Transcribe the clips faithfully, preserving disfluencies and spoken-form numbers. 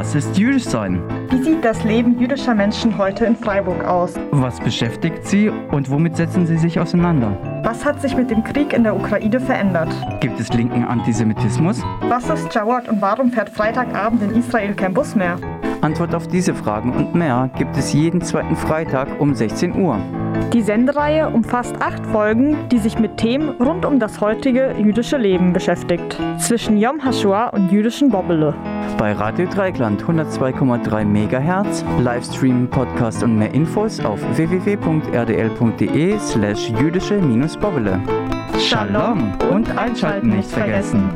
Was ist jüdisch sein? Wie sieht das Leben jüdischer Menschen heute in Freiburg aus? Was beschäftigt sie und womit setzen sie sich auseinander? Was hat sich mit dem Krieg in der Ukraine verändert? Gibt es linken Antisemitismus? Was ist Jawad und warum fährt Freitagabend in Israel kein Bus mehr? Antwort auf diese Fragen und mehr gibt es jeden zweiten Freitag um sechzehn Uhr. Die Sendereihe umfasst acht Folgen, die sich mit Themen rund um das heutige jüdische Leben beschäftigt. Zwischen Yom HaShoah und jüdischen Bobbele. Bei Radio Dreieckland hundertzwei Komma drei Megahertz, Livestream, Podcast und mehr Infos auf w w w punkt r d l punkt d e slash jüdische-bobbele. Shalom und einschalten nicht vergessen.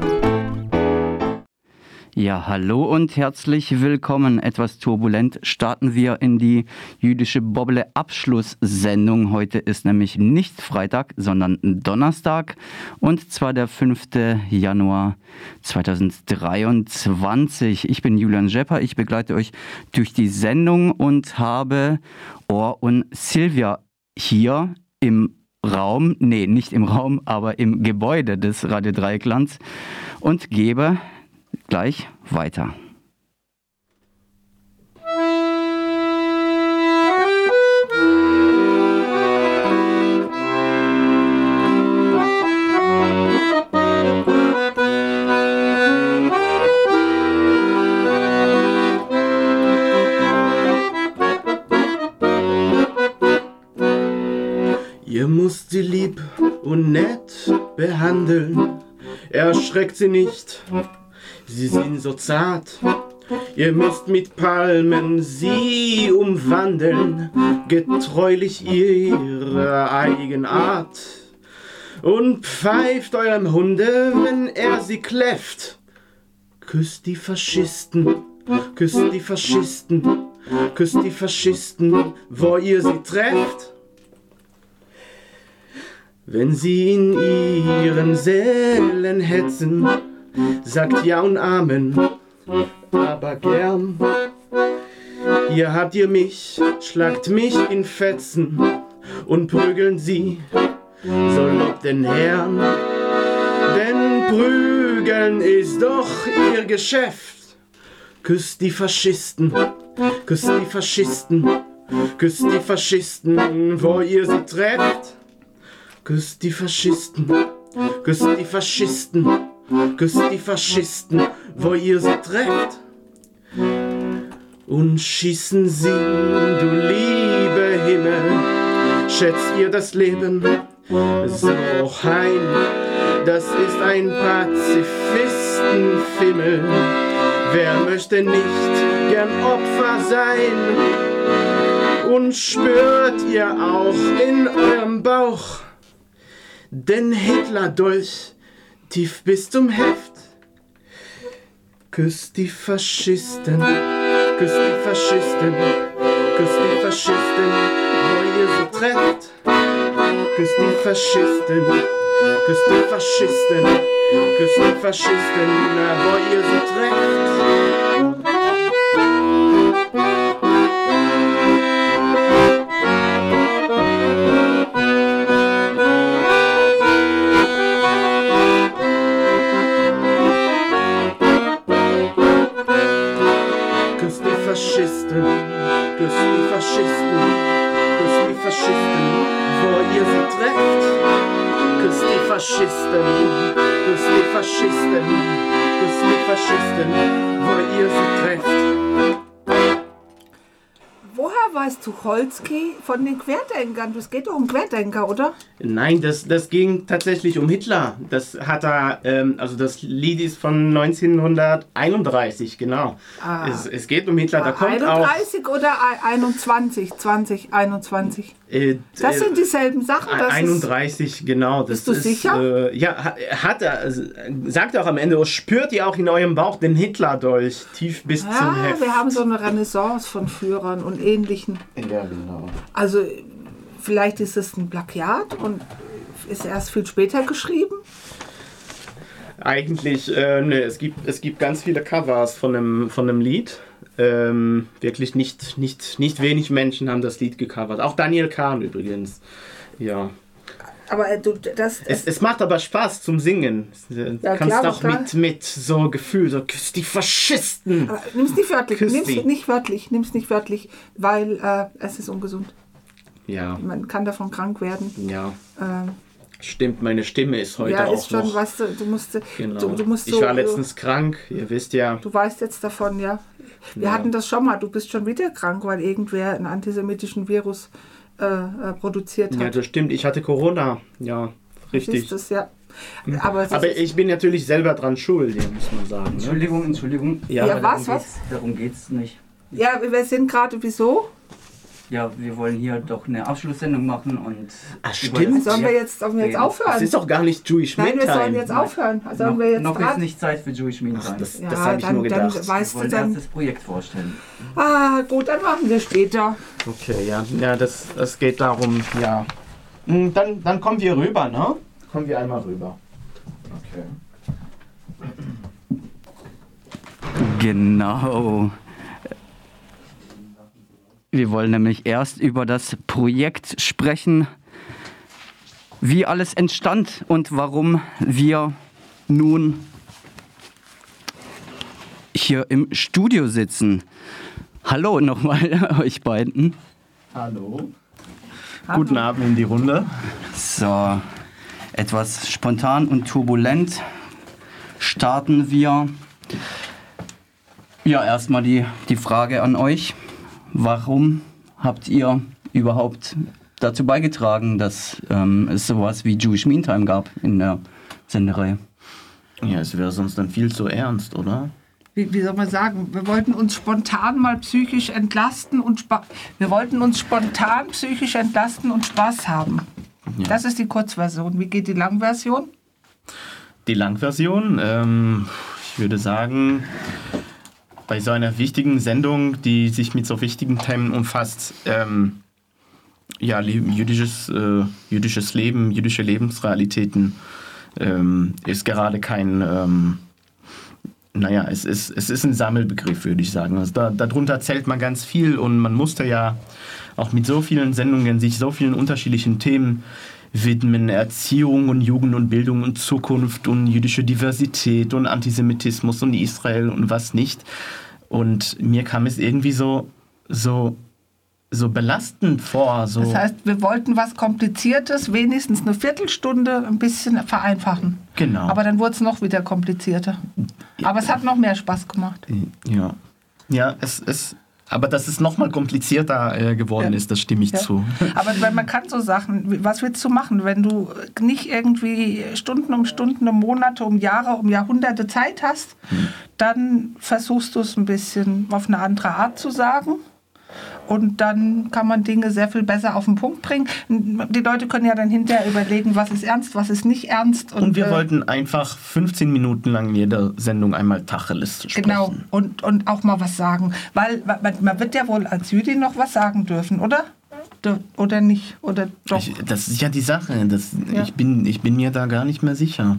Ja, hallo und herzlich willkommen. Etwas turbulent starten wir in die jüdische Bobbele Abschlusssendung. Heute ist nämlich nicht Freitag, sondern Donnerstag und zwar der fünfte Januar zweitausenddreiundzwanzig. Ich bin Julian Schepper, ich begleite euch durch die Sendung und habe Or und Silvia hier im Raum, nee, nicht im Raum, aber im Gebäude des Radio Dreiecklands und gebe gleich weiter. Ihr müsst sie lieb und nett behandeln, erschreckt sie nicht. Sie sind so zart, ihr müsst mit Palmen sie umwandeln, getreulich ihrer Eigenart. Und pfeift eurem Hunde, wenn er sie kläfft. Küsst die Faschisten, küsst die Faschisten, küsst die Faschisten, wo ihr sie trefft. Wenn sie in ihren Sälen hetzen, sagt ja und Amen, aber gern. Hier habt ihr mich, schlagt mich in Fetzen und prügeln sie, so lobt den Herrn. Denn prügeln ist doch ihr Geschäft. Küsst die Faschisten, küsst die Faschisten, küsst die Faschisten, wo ihr sie trefft. Küsst die Faschisten, küsst die Faschisten, küsst die Faschisten, wo ihr sie trefft. Und schießen sie, du liebe Himmel, schätzt ihr das Leben so ein. Das ist ein Pazifistenfimmel. Wer möchte nicht gern Opfer sein? Und spürt ihr auch in eurem Bauch den Hitler-Dolch tief bis zum Heft? Küsst die Faschisten, küsst die Faschisten, küsst die Faschisten, wo ihr sie trefft. Küsst die Faschisten, küsst die Faschisten, küsst die Faschisten, wo ihr sie trefft. Faschisten, küsst die Faschisten, küsst die Faschisten, wo ihr sie trefft. Küsst die Faschisten, küsst die Faschisten, küsst die Faschisten, wo ihr sie trefft. Woher weißt Tucholsky von den Querdenkern? Das geht doch um Querdenker, oder? Nein, das, das ging tatsächlich um Hitler. Das hat er, ähm, also das Lied ist von neunzehnhunderteinunddreißig, genau. Ah. Es, es geht um Hitler. Da kommt einunddreißig auch, oder einundzwanzig, zwanzig einundzwanzig? Äh, das sind dieselben Sachen. Das einunddreißig, ist, genau. Das bist du ist, sicher? Äh, ja, hat er. Sagt er auch am Ende, spürt ihr auch in eurem Bauch den Hitler-Dolch tief bis ja, zum Heft. Wir haben so eine Renaissance von Führern und Ähnlichen. Ja, genau. Also vielleicht ist es ein Plagiat und ist erst viel später geschrieben? Eigentlich, äh, ne, es gibt, es gibt ganz viele Covers von einem, von einem Lied. Ähm, wirklich nicht, nicht, nicht wenig Menschen haben das Lied gecovert. Auch Daniel Kahn übrigens. Ja. Aber äh, du, das... Es, es macht aber Spaß zum Singen. Du Ja, kannst klar, auch klar. mit, mit so Gefühl, so küss die Faschisten. Aber nimm's nicht wörtlich, Küss nimm's die. nicht wörtlich, nimm's nicht wörtlich, weil äh, es ist ungesund. Ja, Man kann davon krank werden. ja. Ähm, Stimmt, meine Stimme ist heute ja, auch ist schon, noch. weißt du, du musst, Genau. du, du musst so, ich war letztens krank, ihr wisst ja. du weißt jetzt davon, ja. Wir Ja. hatten das schon mal, du bist schon wieder krank, weil irgendwer einen antisemitischen Virus äh, äh, produziert Ja, hat. das stimmt. Ich hatte Corona. Ja, richtig. Ist das, ja. Aber, das Aber ist, ich bin natürlich selber dran schuld, muss man sagen. Ne? Entschuldigung, Entschuldigung. Ja, Ja, aber was, darum was? geht's- Darum geht's nicht. ja, wir sind gerade, wieso? Ja, wir wollen hier doch eine Abschlusssendung machen und... Ach, über stimmt. das Sollen wir Projekt jetzt, sollen wir jetzt reden. aufhören? Das ist doch gar nicht Jewish Nein, wir Meantime. sollen jetzt aufhören. Sollen noch wir jetzt noch ist dran? nicht Zeit für Jewish Meantime. Ach, das Ja, das habe ich dann, nur dann gedacht. wir weißt du wollen erst dann. das Projekt vorstellen. Ah, gut, dann machen wir später. Okay, ja, ja das, das geht darum, ja. Hm, Dann, dann kommen wir rüber, ne? Kommen wir einmal rüber. Okay. Genau. Wir wollen nämlich erst über das Projekt sprechen, wie alles entstand und warum wir nun hier im Studio sitzen. Hallo nochmal euch beiden. Hallo. Guten Abend in die Runde. So, etwas spontan und turbulent starten wir. Ja, erstmal die, die Frage an euch. Warum habt ihr überhaupt dazu beigetragen, dass ähm, es sowas wie Jewish Meantime gab in der Sendereihe? Ja, es wäre sonst dann viel zu ernst, oder? Wie, wie soll man sagen? Wir wollten uns spontan mal psychisch entlasten und Spa wir wollten uns spontan psychisch entlasten und Spaß haben. Ja. Das ist die Kurzversion. Wie geht die Langversion? Die Langversion, ähm, ich würde sagen, bei so einer wichtigen Sendung, die sich mit so wichtigen Themen umfasst, ähm, ja, le- jüdisches, äh, jüdisches Leben, jüdische Lebensrealitäten, ähm, ist gerade kein, ähm, naja, es ist, es ist ein Sammelbegriff, würde ich sagen. Also da, darunter zählt man ganz viel und man musste ja auch mit so vielen Sendungen sich so vielen unterschiedlichen Themen widmen, Erziehung und Jugend und Bildung und Zukunft und jüdische Diversität und Antisemitismus und Israel und was nicht. Und mir kam es irgendwie so, so, so belastend vor. So. Das heißt, wir wollten was Kompliziertes, wenigstens eine Viertelstunde, ein bisschen vereinfachen. Genau. Aber dann wurde es noch wieder komplizierter. Aber es hat noch mehr Spaß gemacht. Ja, ja es, es, aber dass es noch mal komplizierter äh, geworden Ja. ist, das stimme ich Ja. zu. Aber weil man kann so Sachen, was willst du machen, wenn du nicht irgendwie Stunden um Stunden, um Monate, um Jahre, um Jahrhunderte Zeit hast, Hm. dann versuchst du es ein bisschen auf eine andere Art zu sagen. Und dann kann man Dinge sehr viel besser auf den Punkt bringen. Die Leute können ja dann hinterher überlegen, was ist ernst, was ist nicht ernst. Und wir äh, wollten einfach fünfzehn Minuten lang in jeder Sendung einmal Tacheles sprechen. Genau, und, und auch mal was sagen. Weil man, man wird ja wohl als Jüdin noch was sagen dürfen, oder? D- Oder nicht? Oder doch? Ich, das ist ja die Sache. Das, Ja. ich, bin, ich bin mir da gar nicht mehr sicher.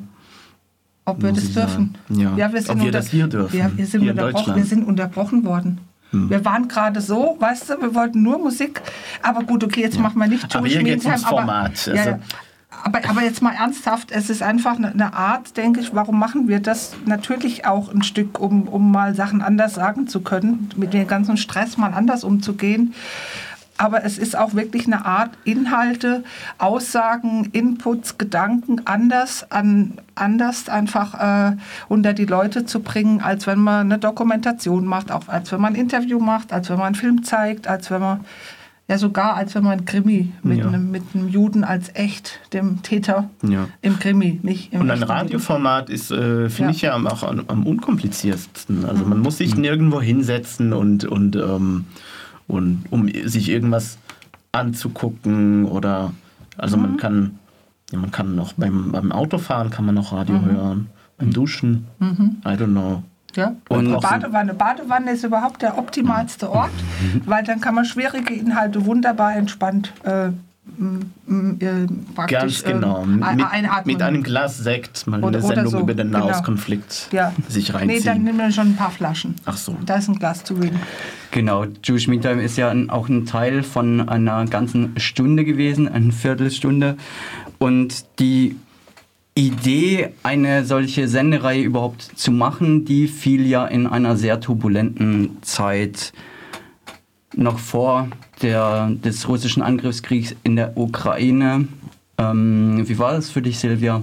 Ob wir muss das ich dürfen? sagen. Ja. wir sind Ob wir unter- das hier dürfen. Ja, wir sind, Hier in unterbrochen, Deutschland. wir sind unterbrochen worden. Hm. Wir waren gerade so, weißt du, wir wollten nur Musik. Aber gut, okay, jetzt machen wir nicht Aber Jewish hier geht's Meantime, ums Format. Aber, ja, Also- ja. aber, aber jetzt mal ernsthaft, es ist einfach eine, eine Art, denke ich, warum machen wir das? Natürlich auch ein Stück, um, um mal Sachen anders sagen zu können, mit dem ganzen Stress mal anders umzugehen. Aber es ist auch wirklich eine Art, Inhalte, Aussagen, Inputs, Gedanken anders, an, anders einfach äh, unter die Leute zu bringen, als wenn man eine Dokumentation macht, auch als wenn man ein Interview macht, als wenn man einen Film zeigt, als wenn man, ja sogar als wenn man ein Krimi mit, Ja. einem, mit einem Juden als echt, dem Täter Ja. im Krimi, nicht im Und ein echten Radioformat ist, äh, finde Ja. ich ja auch am, am unkompliziertesten. Also man muss sich nirgendwo hinsetzen und, und, ähm, und um sich irgendwas anzugucken oder also man kann ja, man kann noch beim, beim Autofahren kann man noch Radio hören, beim Duschen, I don't know. Ja, Und und auch so- Badewanne. Badewanne ist überhaupt der optimalste Ort, weil dann kann man schwierige Inhalte wunderbar entspannt äh, m- m- äh, praktisch Ganz genau. ähm, mit, ein- einatmen. mit einem Glas Sekt mal Oder- eine oder Sendung so, über den genau. Nahostkonflikt ja. sich Nee, reinziehen. dann nehmen wir schon ein paar Flaschen. Ach so. Da ist ein Glas zu wenig. Genau, Jewish Meantime ist ja ein, auch ein Teil von einer ganzen Stunde gewesen, eine Viertelstunde. Und die Idee, eine solche Sendereihe überhaupt zu machen, die fiel ja in einer sehr turbulenten Zeit noch vor der, des russischen Angriffskriegs in der Ukraine. Ähm, wie war das für dich, Silvia?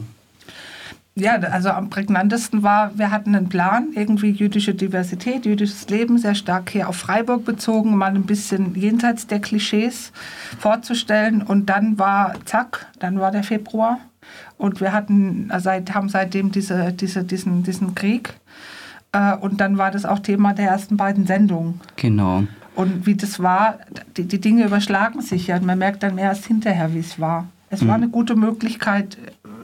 Ja, also am prägnantesten war, wir hatten einen Plan, irgendwie jüdische Diversität, jüdisches Leben, sehr stark hier auf Freiburg bezogen, mal ein bisschen jenseits der Klischees vorzustellen. Und dann war, zack, dann war der Februar. Und wir hatten, seit, haben seitdem diese, diese, diesen, diesen Krieg. Äh, und dann war das auch Thema der ersten beiden Sendungen. Genau. Und wie das war, die, die Dinge überschlagen sich ja. Man merkt dann erst hinterher, wie es war. Es mhm. war eine gute Möglichkeit,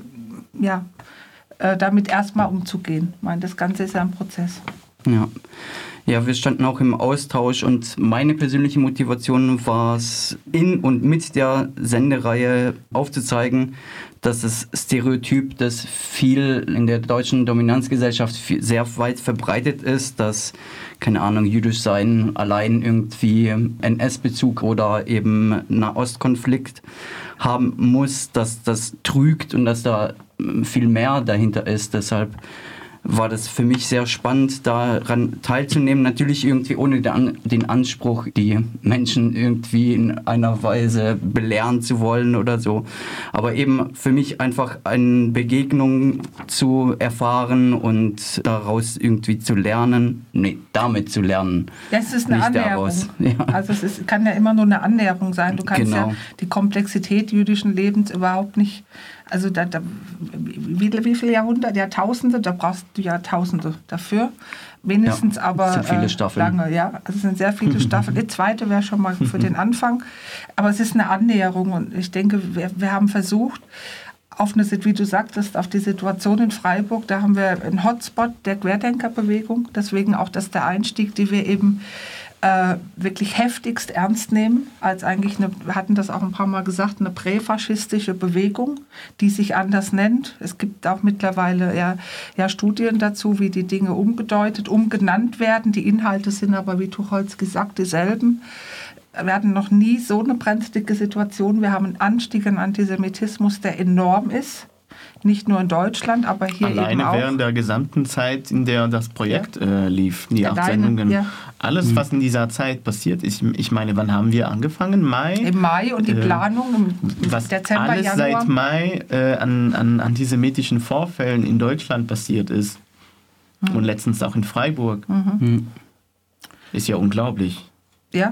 äh, ja, äh, damit erstmal umzugehen. Ich meine, das Ganze ist ja ein Prozess. Ja. Ja, wir standen auch im Austausch und meine persönliche Motivation war es, in und mit der Sendereihe aufzuzeigen, dass das Stereotyp, das viel in der deutschen Dominanzgesellschaft sehr weit verbreitet ist, dass, keine Ahnung, jüdisch sein allein irgendwie N S-Bezug oder eben Nahostkonflikt haben muss, dass das trügt und dass da viel mehr dahinter ist. Deshalb war das für mich sehr spannend, daran teilzunehmen. Natürlich irgendwie ohne den Anspruch, die Menschen irgendwie in einer Weise belehren zu wollen oder so. Aber eben für mich einfach eine Begegnung zu erfahren und daraus irgendwie zu lernen. Nee, damit zu lernen. Das ist eine Nicht Annäherung. Ja. Also es ist, kann ja immer nur eine Annäherung sein. Du kannst Genau. ja die Komplexität jüdischen Lebens überhaupt nicht. Also da, da, wie, wie viele Jahrhunderte, Jahrtausende, da brauchst du Jahrtausende dafür. Wenigstens ja, aber es sind viele äh, Staffeln. lange, ja. Also es sind sehr viele Staffeln. Die zweite wäre schon mal für den Anfang. Aber es ist eine Annäherung und ich denke, wir, wir haben versucht, auf eine, wie du sagtest, auf die Situation in Freiburg, da haben wir einen Hotspot der Querdenkerbewegung. Deswegen auch, dass der Einstieg, die wir eben Äh, wirklich heftigst ernst nehmen, als eigentlich, eine, wir hatten das auch ein paar Mal gesagt, eine präfaschistische Bewegung, die sich anders nennt. Es gibt auch mittlerweile ja, ja Studien dazu, wie die Dinge umgedeutet, umgenannt werden. Die Inhalte sind aber, wie Tucholsky sagt, dieselben. Wir hatten noch nie so eine brenzlige Situation. Wir haben einen Anstieg an Antisemitismus, der enorm ist. Nicht nur in Deutschland, aber hier Alleine eben auch. Alleine während der gesamten Zeit, in der das Projekt ja. äh, lief, die acht Alleine, Sendungen. Ja. Alles, mhm. was in dieser Zeit passiert ist, ich meine, wann haben wir angefangen? Mai? Im Mai und die äh, Planung im was Dezember, alles Januar. seit Mai äh, an, an antisemitischen Vorfällen in Deutschland passiert ist. Mhm. Und letztens auch in Freiburg. Mhm. Ist ja unglaublich. Ja.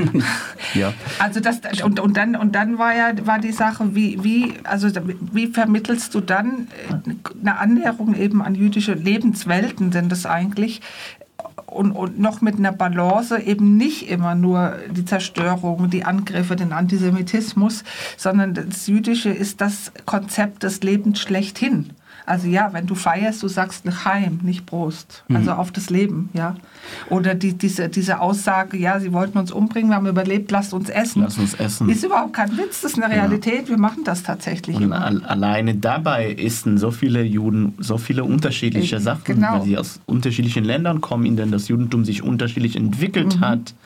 ja. Also das und, und dann und dann war ja war die Sache, wie wie also wie vermittelst du dann eine Annäherung eben an jüdische Lebenswelten denn das eigentlich und, und noch mit einer Balance eben nicht immer nur die Zerstörung, die Angriffe, den Antisemitismus, sondern das Jüdische ist das Konzept des Lebens schlechthin. Also ja, wenn du feierst, du sagst L'chaim, nicht Prost. Also mhm. auf das Leben, ja. Oder die, diese, diese Aussage, ja, sie wollten uns umbringen, wir haben überlebt, lasst uns essen. Lass uns essen. Ist überhaupt kein Witz, das ist eine Realität, ja. Wir machen das tatsächlich Und immer. Al- alleine dabei essen so viele Juden so viele unterschiedliche Sachen, genau. weil sie aus unterschiedlichen Ländern kommen, in denen das Judentum sich unterschiedlich entwickelt mhm. hat.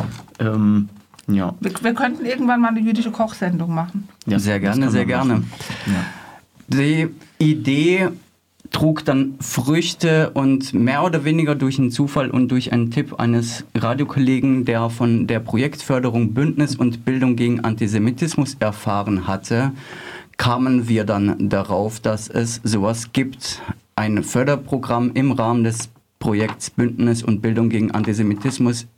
Ähm, ja. Wir, wir könnten irgendwann mal eine jüdische Kochsendung machen. Ja, sehr gerne, sehr gerne. Ja. Die Idee trug dann Früchte und mehr oder weniger durch einen Zufall und durch einen Tipp eines Radiokollegen, der von der Projektförderung Bündnis und Bildung gegen Antisemitismus erfahren hatte, kamen wir dann darauf, dass es sowas gibt. Ein Förderprogramm im Rahmen des Projekts Bündnis und Bildung gegen Antisemitismus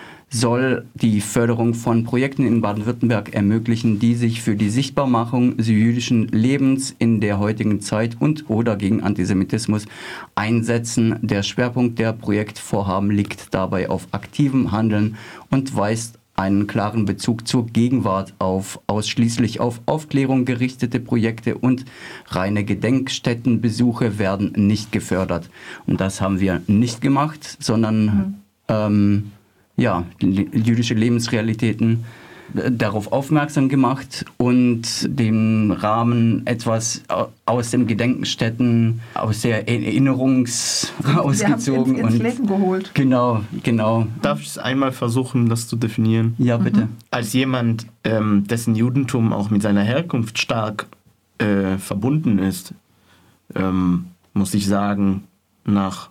soll die Förderung von Projekten in Baden-Württemberg ermöglichen, die sich für die Sichtbarmachung jüdischen Lebens in der heutigen Zeit und oder gegen Antisemitismus einsetzen. Der Schwerpunkt der Projektvorhaben liegt dabei auf aktivem Handeln und weist einen klaren Bezug zur Gegenwart auf. Ausschließlich auf Aufklärung gerichtete Projekte und reine Gedenkstättenbesuche werden nicht gefördert. Und das haben wir nicht gemacht, sondern mhm. ähm, ja, jüdische Lebensrealitäten darauf aufmerksam gemacht und den Rahmen etwas aus den Gedenkstätten, aus der Erinnerungs ausgezogen. Wir haben ins, ins Leben geholt. Genau, genau. Darf ich es einmal versuchen, das zu definieren? Ja, bitte. Mhm. Als jemand, ähm, dessen Judentum auch mit seiner Herkunft stark äh, verbunden ist, ähm, muss ich sagen, nach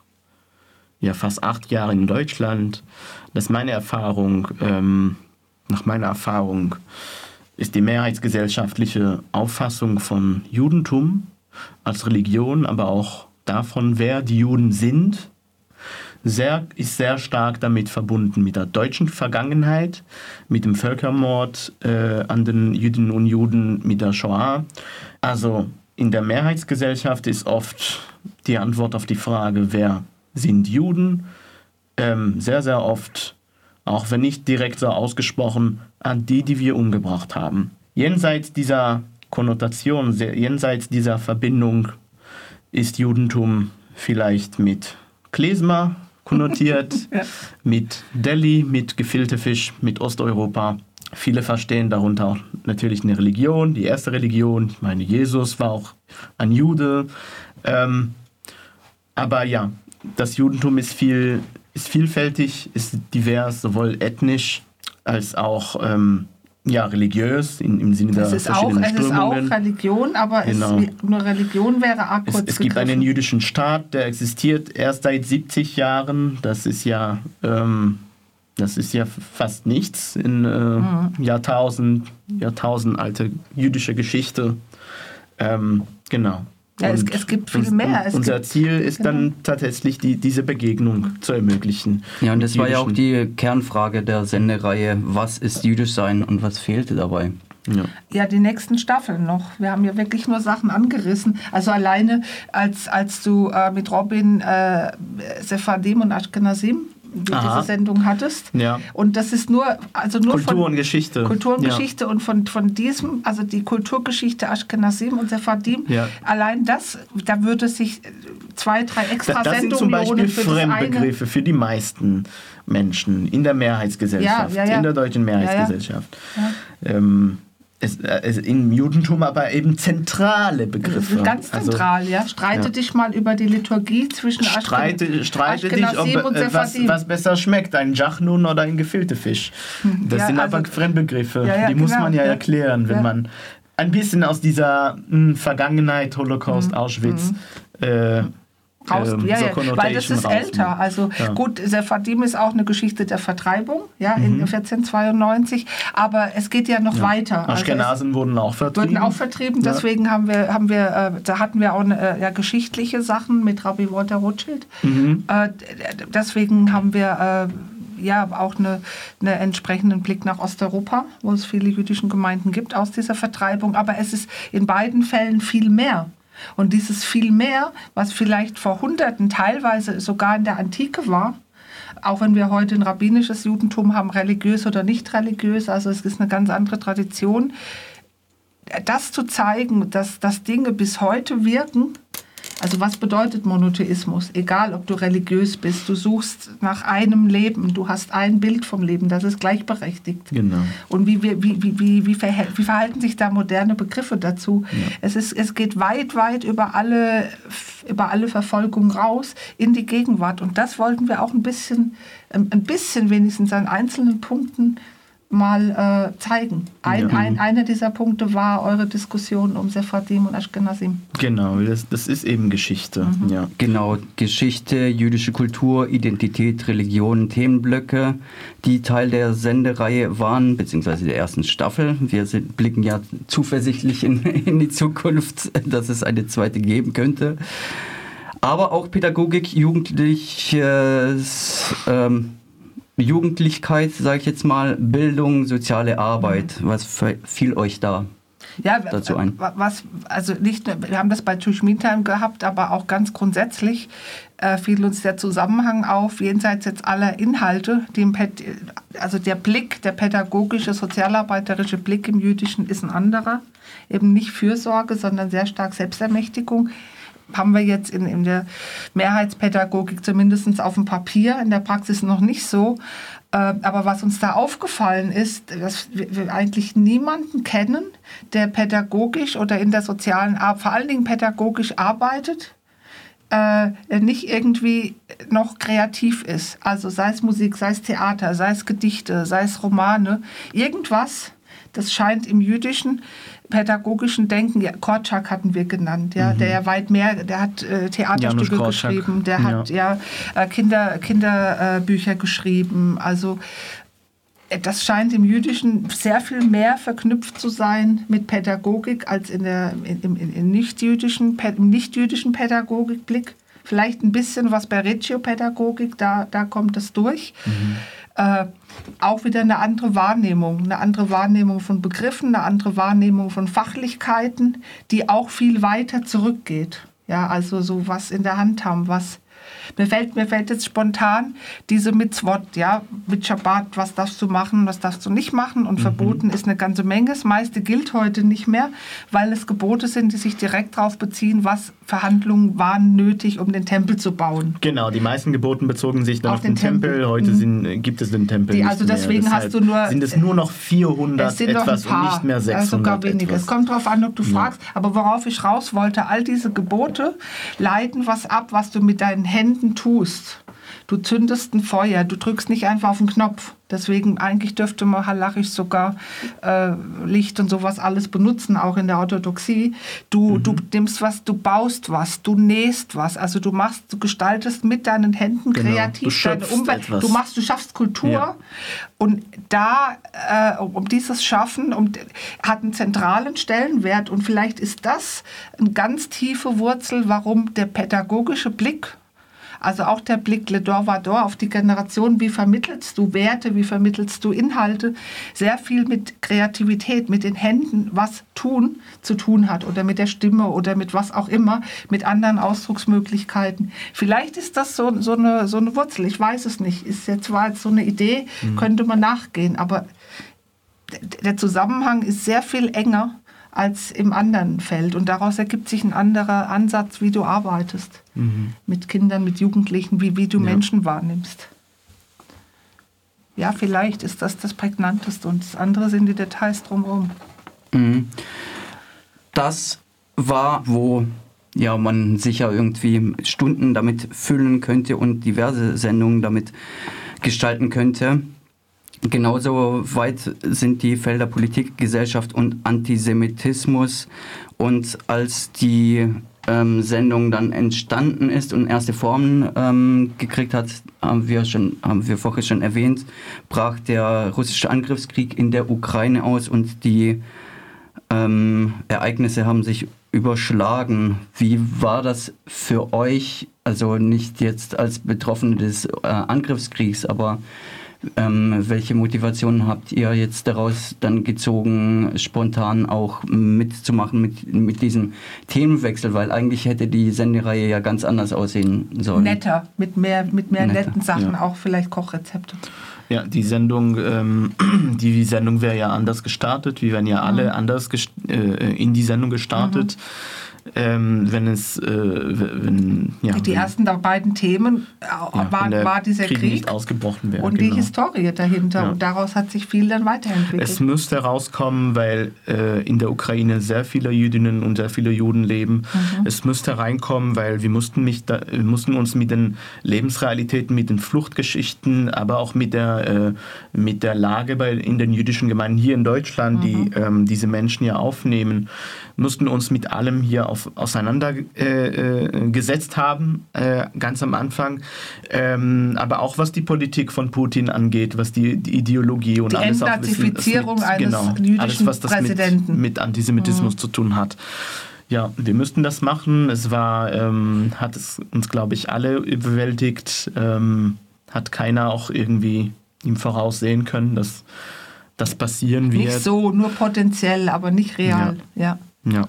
ja, fast acht Jahren in Deutschland, dass meine Erfahrung, ähm, nach meiner Erfahrung, ist die mehrheitsgesellschaftliche Auffassung von Judentum als Religion, aber auch davon, wer die Juden sind, sehr, ist sehr stark damit verbunden mit der deutschen Vergangenheit, mit dem Völkermord äh, an den Jüdinnen und Juden, mit der Shoah. Also in der Mehrheitsgesellschaft ist oft die Antwort auf die Frage, wer sind Juden, ähm, sehr, sehr oft, auch wenn nicht direkt so ausgesprochen, an die, die wir umgebracht haben. Jenseits dieser Konnotation, jenseits dieser Verbindung ist Judentum vielleicht mit Klezmer konnotiert, ja. mit Delhi, mit gefilte Fisch, mit Osteuropa. Viele verstehen darunter auch natürlich eine Religion, die erste Religion. Ich meine, Jesus war auch ein Jude. Ähm, aber ja, das Judentum ist, viel, ist vielfältig, ist divers, sowohl ethnisch als auch ähm, ja, religiös in, im Sinne der verschiedenen auch, Strömungen. Es ist auch Religion, aber genau. es, nur Religion wäre arg kurz Es, es gibt einen jüdischen Staat, der existiert erst seit siebzig Jahren. Das ist ja, ähm, das ist ja fast nichts in äh, mhm. Jahrtausend, Jahrtausend alte jüdische Geschichte. Ähm, genau. Ja, es, es gibt viel mehr. Es unser gibt, Ziel ist genau. dann tatsächlich, die, diese Begegnung zu ermöglichen. Ja, und das war ja auch die Kernfrage der Sendereihe, was ist jüdisch sein und was fehlte dabei? Ja. ja, die nächsten Staffeln noch. Wir haben ja wirklich nur Sachen angerissen. Also alleine, als, als du äh, mit Robin äh, Sephardim und Ashkenazim diese Sendung hattest. Ja. Und das ist nur, also nur Kultur von und Geschichte. Kultur und ja. Geschichte und von, von diesem, also die Kulturgeschichte Ashkenazim und Sephardim, ja. allein das, da würde sich zwei, drei extra das Sendungen sind zum Beispiel für Fremdbegriffe für die meisten Menschen in der Mehrheitsgesellschaft, ja, ja, ja. in der deutschen Mehrheitsgesellschaft. Ja, ja. Ähm, Es, es im Judentum aber eben zentrale Begriffe. Ganz zentral, also, ja. Streite ja. dich mal über die Liturgie zwischen Streite, Ashken, streite dich, ob, und was, was besser schmeckt, ein Jachnun oder ein gefilte Fisch. Das ja, sind also, aber Fremdbegriffe, ja, ja, die genau, muss man ja, ja erklären, wenn ja. man ein bisschen aus dieser mh, Vergangenheit, Holocaust, mhm. Auschwitz, mhm. äh, Raus, ähm, ja, so ja, weil das ist rausnehmen. älter. Also ja. gut, Sephardim ist auch eine Geschichte der Vertreibung, ja, in mhm. vierzehnhundertzweiundneunzig. Aber es geht ja noch ja. weiter. Aschkenasen also wurden auch vertrieben. Wurden auch vertrieben. Ja. Deswegen haben wir, haben wir, äh, da hatten wir auch eine, ja, geschichtliche Sachen mit Rabbi Walter Rothschild. Mhm. Äh, deswegen haben wir äh, ja auch eine, einen entsprechenden Blick nach Osteuropa, wo es viele jüdische Gemeinden gibt aus dieser Vertreibung. Aber es ist in beiden Fällen viel mehr. Und dieses viel mehr, was vielleicht vor Hunderten teilweise sogar in der Antike war, auch wenn wir heute ein rabbinisches Judentum haben, religiös oder nicht religiös, also es ist eine ganz andere Tradition, das zu zeigen, dass, dass Dinge bis heute wirken. Also was bedeutet Monotheismus? Egal, ob du religiös bist, du suchst nach einem Leben, du hast ein Bild vom Leben, das ist gleichberechtigt. Genau. Und wie, wie, wie, wie, wie, verhält, wie verhalten sich da moderne Begriffe dazu? Ja. Es, ist, es geht weit, weit über alle, über alle Verfolgung raus in die Gegenwart. Und das wollten wir auch ein bisschen, ein bisschen wenigstens an einzelnen Punkten mal äh, zeigen. Ein, ja. ein, einer dieser Punkte war eure Diskussion um Sephardim und Ashkenazim. Genau, das, das ist eben Geschichte. Mhm. Ja. Genau, Geschichte, jüdische Kultur, Identität, Religion, Themenblöcke, die Teil der Sendereihe waren, beziehungsweise der ersten Staffel. Wir sind, blicken ja zuversichtlich in, in die Zukunft, dass es eine zweite geben könnte. Aber auch Pädagogik, Jugendliches, ähm, Jugendlichkeit, sage ich jetzt mal, Bildung, soziale Arbeit. Mhm. Was fiel euch da ja, dazu ein? Was, also nicht, wir haben das bei Jewish Meantime gehabt, aber auch ganz grundsätzlich äh, fiel uns der Zusammenhang auf, jenseits jetzt aller Inhalte, die im Pät- also der Blick, der pädagogische, sozialarbeiterische Blick im Jüdischen ist ein anderer. Eben nicht Fürsorge, sondern sehr stark Selbstermächtigung. Haben wir jetzt in, in der Mehrheitspädagogik zumindest auf dem Papier, in der Praxis noch nicht so. Äh, aber was uns da aufgefallen ist, dass wir, wir eigentlich niemanden kennen, der pädagogisch oder in der sozialen Arbeit, vor allen Dingen pädagogisch arbeitet, äh, nicht irgendwie noch kreativ ist. Also sei es Musik, sei es Theater, sei es Gedichte, sei es Romane, irgendwas, das scheint im jüdischen pädagogischen Denken, ja, Korczak hatten wir genannt, ja, mhm. der ja weit mehr, der hat äh, Theaterstücke geschrieben, der ja. hat ja äh, Kinder, Kinderbücher äh, geschrieben, also das scheint im Jüdischen sehr viel mehr verknüpft zu sein mit Pädagogik als in der, in, im, im nicht-jüdischen, im nicht-jüdischen Pädagogikblick. Vielleicht ein bisschen was bei Regiopädagogik, da, da kommt es durch. Mhm. Äh, auch wieder eine andere Wahrnehmung, eine andere Wahrnehmung von Begriffen, eine andere Wahrnehmung von Fachlichkeiten, die auch viel weiter zurückgeht. Ja, also so was in der Hand haben, was Mir fällt, mir fällt jetzt spontan diese Mitzvot, ja, mit Schabbat, was darfst du machen, was darfst du nicht machen und mhm. verboten ist eine ganze Menge. Das meiste gilt heute nicht mehr, weil es Gebote sind, die sich direkt darauf beziehen, was Verhandlungen waren nötig, um den Tempel zu bauen. Genau, die meisten Geboten bezogen sich dann auf, auf den, den Tempel. Tempel. Heute mhm. sind, gibt es den Tempel die, nicht also deswegen mehr. hast du nur, sind es nur noch vierhundert etwas und nicht mehr sechshundert. Sogar weniger. Etwas. Es kommt darauf an, ob du ja. fragst. Aber worauf ich raus wollte, all diese Gebote leiten was ab, was du mit deinen Händen tust. Du zündest ein Feuer, du drückst nicht einfach auf den Knopf. Deswegen eigentlich dürfte man halachisch sogar äh, Licht und sowas alles benutzen, auch in der Orthodoxie. Du, mhm. du nimmst was, du baust was, du nähst was. Also du machst, du gestaltest mit deinen Händen genau. kreativ deine Umwelt. Etwas. Du machst, du schaffst Kultur. Ja. Und da, äh, um dieses Schaffen, um, hat einen zentralen Stellenwert. Und vielleicht ist das eine ganz tiefe Wurzel, warum der pädagogische Blick, also auch der Blick Le Dor Vador auf die Generation, wie vermittelst du Werte, wie vermittelst du Inhalte, sehr viel mit Kreativität, mit den Händen was tun, zu tun hat oder mit der Stimme oder mit was auch immer, mit anderen Ausdrucksmöglichkeiten. Vielleicht ist das so, so, eine, so eine Wurzel, ich weiß es nicht. Ist jetzt zwar jetzt so eine Idee, mhm. könnte man nachgehen, aber der Zusammenhang ist sehr viel enger als im anderen Feld. Und daraus ergibt sich ein anderer Ansatz, wie du arbeitest. Mhm. Mit Kindern, mit Jugendlichen, wie, wie du ja. Menschen wahrnimmst. Ja, vielleicht ist das das Prägnanteste und das andere sind die Details drumherum. Mhm. Das war, wo ja, man sicher irgendwie Stunden damit füllen könnte und diverse Sendungen damit gestalten könnte. Genauso weit sind die Felder Politik, Gesellschaft und Antisemitismus. Und als die ähm, Sendung dann entstanden ist und erste Formen ähm, gekriegt hat, haben wir schon, haben wir vorher schon erwähnt, brach der russische Angriffskrieg in der Ukraine aus und die ähm, Ereignisse haben sich überschlagen. Wie war das für euch? Also nicht jetzt als Betroffene des äh, Angriffskriegs, aber Ähm, welche Motivationen habt ihr jetzt daraus dann gezogen, spontan auch mitzumachen mit, mit diesem Themenwechsel? Weil eigentlich hätte die Sendereihe ja ganz anders aussehen sollen. Netter, mit mehr, mit mehr Netter, netten Sachen, ja. auch vielleicht Kochrezepte. Ja, die Sendung, ähm, die Sendung wäre ja anders gestartet. Wir wären ja mhm. alle anders gest- äh, in die Sendung gestartet. Mhm. Ähm, wenn es, äh, wenn, ja, die wenn, ersten beiden Themen ja, war, war dieser Krieg, Krieg nicht ausgebrochen wäre, und genau. die Historie dahinter. Ja. Und daraus hat sich viel dann weiterentwickelt. Es müsste rauskommen, weil äh, in der Ukraine sehr viele Jüdinnen und sehr viele Juden leben. Mhm. Es müsste reinkommen, weil wir mussten, mich da, wir mussten uns mit den Lebensrealitäten, mit den Fluchtgeschichten, aber auch mit der, äh, mit der Lage bei, in den jüdischen Gemeinden hier in Deutschland, mhm. die ähm, diese Menschen ja aufnehmen, mussten uns mit allem hier auf, auseinandergesetzt äh, haben, äh, ganz am Anfang. Ähm, aber auch was die Politik von Putin angeht, was die, die Ideologie und die alles auch Entnazifizierung mit, eines genau, jüdischen alles, was das Präsidenten mit, mit Antisemitismus mhm. zu tun hat. Ja, wir müssten das machen. Es war, ähm, hat es uns, glaube ich, alle überwältigt. Ähm, hat keiner auch irgendwie im Voraus sehen können, dass das passieren wird. Nicht so, nur potenziell, aber nicht real. Ja. ja. ja.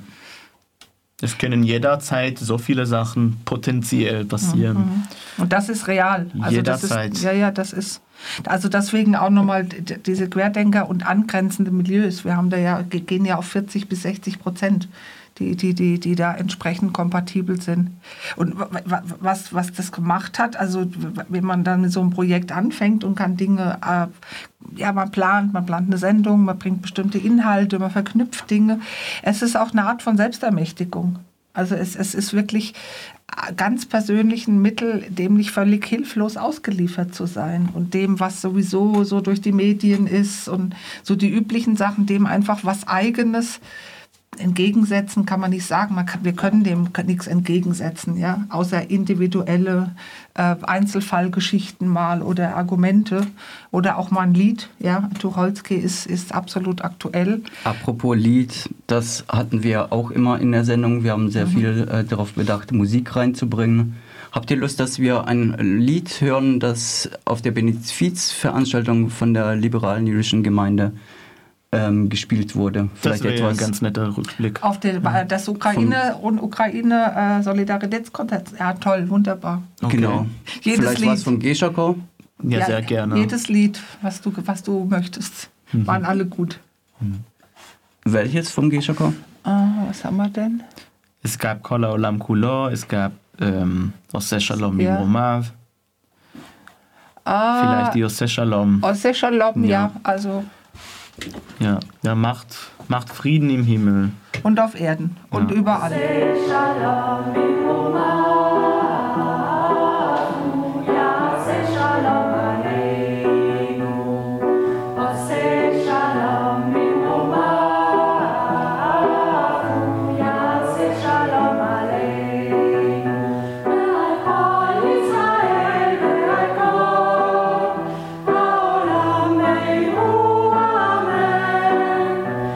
Es können jederzeit so viele Sachen potenziell passieren. Mhm. Und das ist real. Also jederzeit. Das ist, ja, ja, das ist. Also deswegen auch nochmal diese Querdenker und angrenzende Milieus. Wir haben da ja, gehen ja auf vierzig bis sechzig Prozent, die, die, die, die da entsprechend kompatibel sind. Und was, was das gemacht hat, also wenn man dann mit so einem Projekt anfängt und kann Dinge, äh, ja, man plant, man plant eine Sendung, man bringt bestimmte Inhalte, man verknüpft Dinge. Es ist auch eine Art von Selbstermächtigung. Also es, es ist wirklich ganz persönlich ein Mittel, dem nicht völlig hilflos ausgeliefert zu sein und dem, was sowieso so durch die Medien ist und so die üblichen Sachen, dem einfach was Eigenes entgegensetzen kann man nicht sagen. Man kann, wir können dem nichts entgegensetzen, ja, außer individuelle äh, Einzelfallgeschichten mal oder Argumente oder auch mal ein Lied. Ja, Tucholsky ist, ist absolut aktuell. Apropos Lied, das hatten wir auch immer in der Sendung. Wir haben sehr mhm. viel äh, darauf bedacht, Musik reinzubringen. Habt ihr Lust, dass wir ein Lied hören, das auf der Benefizveranstaltung von der liberalen jüdischen Gemeinde Ähm, gespielt wurde? Vielleicht das wäre ein ganz netter Rückblick. Auf den, ja. Das Ukraine- und Ukraine-Solidaritätskonzert. Ja, toll, wunderbar. Okay. Genau. Jedes Vielleicht Lied. Was von Geschakow? Ja, ja, sehr gerne. Jedes Lied, was du, was du möchtest, mhm. waren alle gut. Mhm. Welches von Geschakow? Ah, was haben wir denn? Es gab Kola Olam Kulo, es gab ähm, Oseh Shalom ja. Mimomav. Ah, Vielleicht die Oseh Shalom. Oseh Shalom, ja. ja, also... Ja, ja macht, macht Frieden im Himmel. Und auf Erden und ja. überall.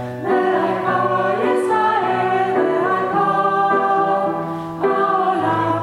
Israel,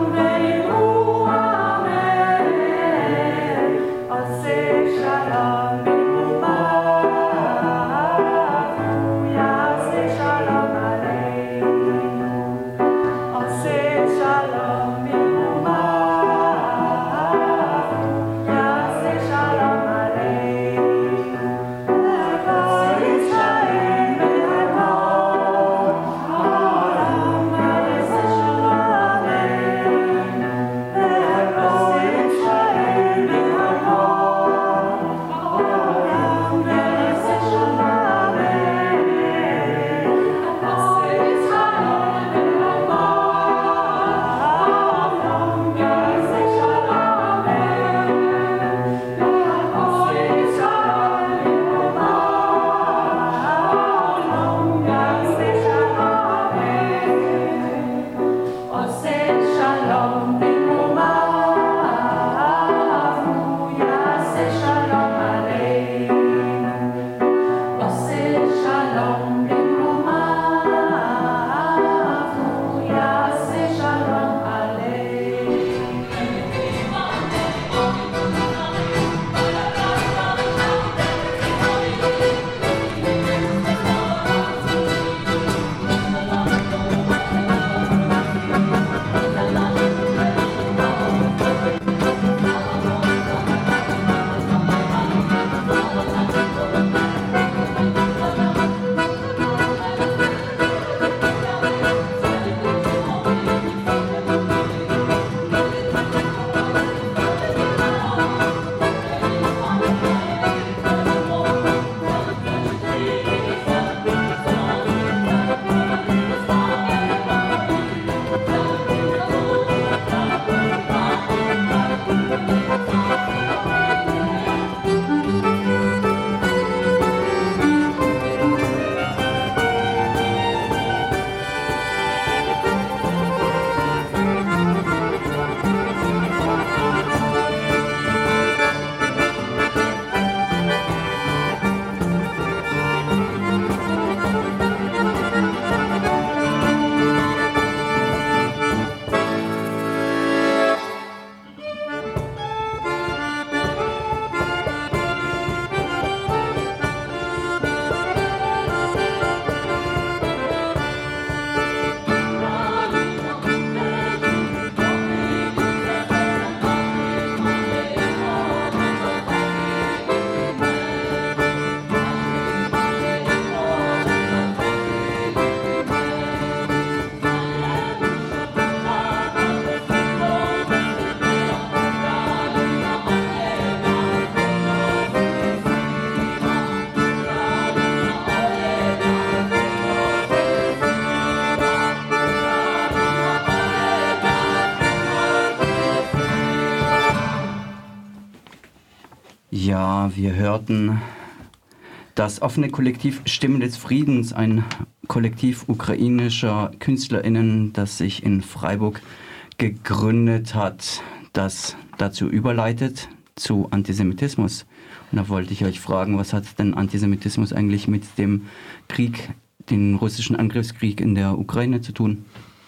Ja, wir hörten das offene Kollektiv Stimmen des Friedens, ein Kollektiv ukrainischer KünstlerInnen, das sich in Freiburg gegründet hat, das dazu überleitet zu Antisemitismus. Und da wollte ich euch fragen, was hat denn Antisemitismus eigentlich mit dem Krieg, den russischen Angriffskrieg in der Ukraine zu tun?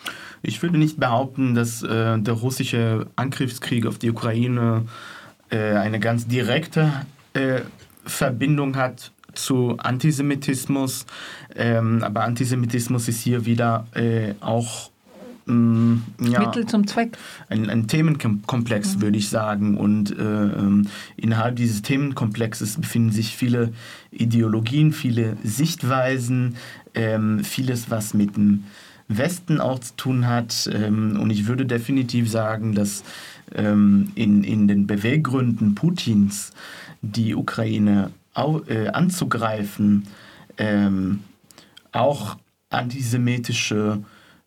Ich würde nicht behaupten, dass äh, der russische Angriffskrieg auf die Ukraine äh, eine ganz direkte äh, Verbindung hat zu Antisemitismus. Ähm, aber Antisemitismus ist hier wieder äh, auch mh, ja, Mittel zum Zweck. Ein, ein Themenkomplex, mhm. würde ich sagen. Und äh, innerhalb dieses Themenkomplexes befinden sich viele Ideologien, viele Sichtweisen, äh, vieles, was mit dem Westen auch zu tun hat. Ähm, und ich würde definitiv sagen, dass ähm, in, in den Beweggründen Putins die Ukraine au, äh, anzugreifen, ähm, auch antisemitische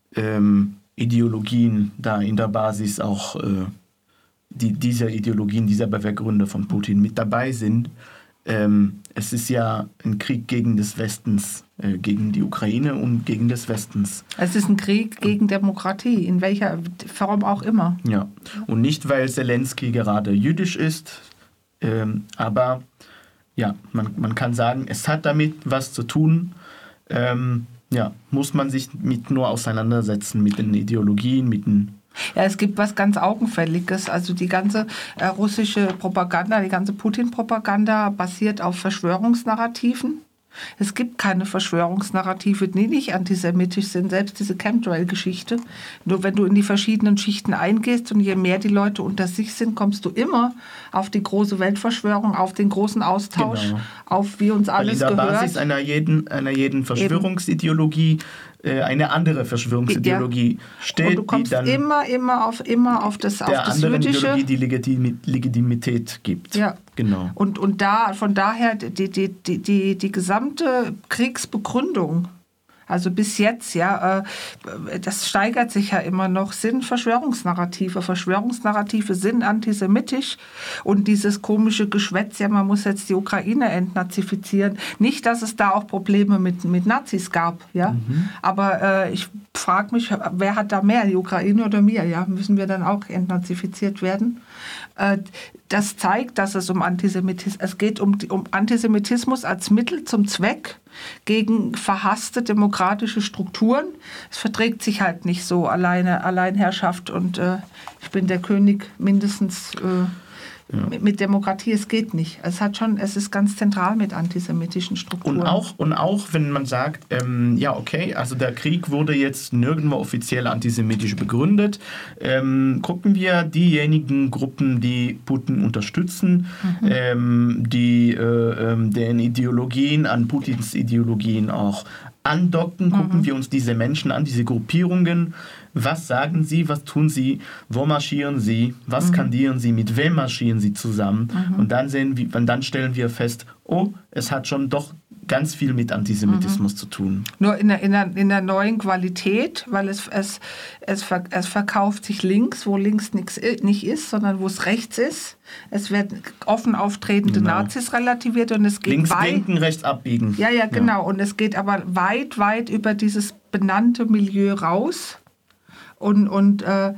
ähm, Ideologien da in der Basis auch äh, die, dieser Ideologien, dieser Beweggründe von Putin mit dabei sind. Ähm, es ist ja ein Krieg gegen des Westens, äh, gegen die Ukraine und gegen des Westens. Es ist ein Krieg gegen Demokratie, in welcher Form auch immer. Ja, und nicht, weil Zelensky gerade jüdisch ist, ähm, aber ja, man, man kann sagen, es hat damit was zu tun. Ähm, ja, muss man sich mit nur auseinandersetzen mit den Ideologien, mit den Ja, es gibt was ganz Augenfälliges. Also die ganze äh, russische Propaganda, die ganze Putin-Propaganda basiert auf Verschwörungsnarrativen. Es gibt keine Verschwörungsnarrative, die nicht antisemitisch sind, selbst diese Chemtrail-Geschichte. Nur wenn du in die verschiedenen Schichten eingehst und je mehr die Leute unter sich sind, kommst du immer auf die große Weltverschwörung, auf den großen Austausch, genau. auf wie uns alles gehört. Weil in der Basis einer jeden, einer jeden Verschwörungsideologie äh, eine andere Verschwörungsideologie ja. steht. Und du kommst die dann immer, immer auf, immer auf das, auf der das anderen Jüdische. Ideologie die Legitim- Legitimität gibt. Ja. Genau. Und, und da, von daher die, die, die, die, die gesamte Kriegsbegründung, also bis jetzt, ja, äh, das steigert sich ja immer noch, sind Verschwörungsnarrative. Verschwörungsnarrative sind antisemitisch und dieses komische Geschwätz, ja, man muss jetzt die Ukraine entnazifizieren. Nicht, dass es da auch Probleme mit, mit Nazis gab, ja, mhm. aber äh, ich frage mich, wer hat da mehr, die Ukraine oder mir, ja, müssen wir dann auch entnazifiziert werden? Äh, das zeigt, dass es um Antisemitismus, es geht um, um Antisemitismus als Mittel zum Zweck gegen verhasste demokratische Strukturen. Es verträgt sich halt nicht so alleine Alleinherrschaft und äh, ich bin der König mindestens äh, ja. mit, mit Demokratie. Es geht nicht. Es hat schon, es ist ganz zentral mit antisemitischen Strukturen. Und auch, und auch wenn man sagt, ähm, ja okay, also der Krieg wurde jetzt nirgendwo offiziell antisemitisch begründet, ähm, gucken wir diejenigen Gruppen, die Putin unterstützen, mhm. ähm, die äh, ähm, deren Ideologien an Putins Ideologien auch andocken, gucken mhm. wir uns diese Menschen an, diese Gruppierungen. Was sagen sie, was tun sie, wo marschieren sie, was mhm. skandieren sie, mit wem marschieren sie zusammen. Mhm. Und dann, sehen wir, und dann stellen wir fest, oh, es hat schon doch ganz viel mit Antisemitismus mhm. zu tun. Nur in der, in der, in der neuen Qualität, weil es, es, es, ver, es verkauft sich links, wo links nix, nicht ist, sondern wo es rechts ist. Es werden offen auftretende genau. Nazis relativiert und es geht links weit... Links blinken, rechts abbiegen. Ja, ja, genau. Ja. Und es geht aber weit, weit über dieses benannte Milieu raus. Und, und äh,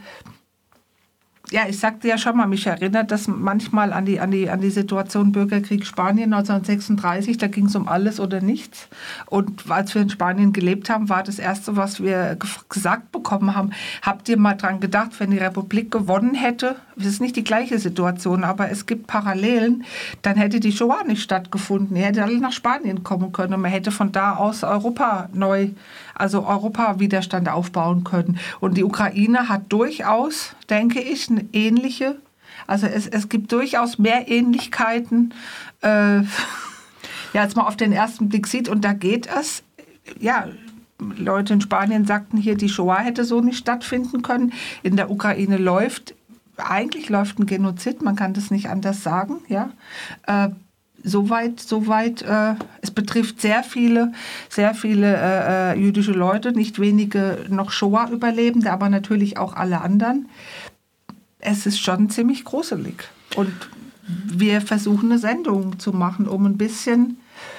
ja, ich sagte ja schon mal, mich erinnert das manchmal an die, an die, an die Situation Bürgerkrieg Spanien neunzehnhundertsechsunddreißig, da ging es um alles oder nichts. Und als wir in Spanien gelebt haben, war das Erste, was wir gesagt bekommen haben, habt ihr mal dran gedacht, wenn die Republik gewonnen hätte, es ist nicht die gleiche Situation, aber es gibt Parallelen, dann hätte die Shoah nicht stattgefunden. Ihr hättet alle nach Spanien kommen können und man hätte von da aus Europa neu, also Europa-Widerstand aufbauen können. Und die Ukraine hat durchaus, denke ich, eine ähnliche, also es, es gibt durchaus mehr Ähnlichkeiten, äh, ja, als man auf den ersten Blick sieht. Und da geht es, ja, Leute in Spanien sagten hier, die Shoah hätte so nicht stattfinden können. In der Ukraine läuft, eigentlich läuft ein Genozid, man kann das nicht anders sagen, ja. Äh, Soweit, soweit, äh, es betrifft sehr viele, sehr viele äh, jüdische Leute, nicht wenige noch Shoah-Überlebende, aber natürlich auch alle anderen. Es ist schon ziemlich gruselig. Und wir versuchen eine Sendung zu machen, um ein bisschen...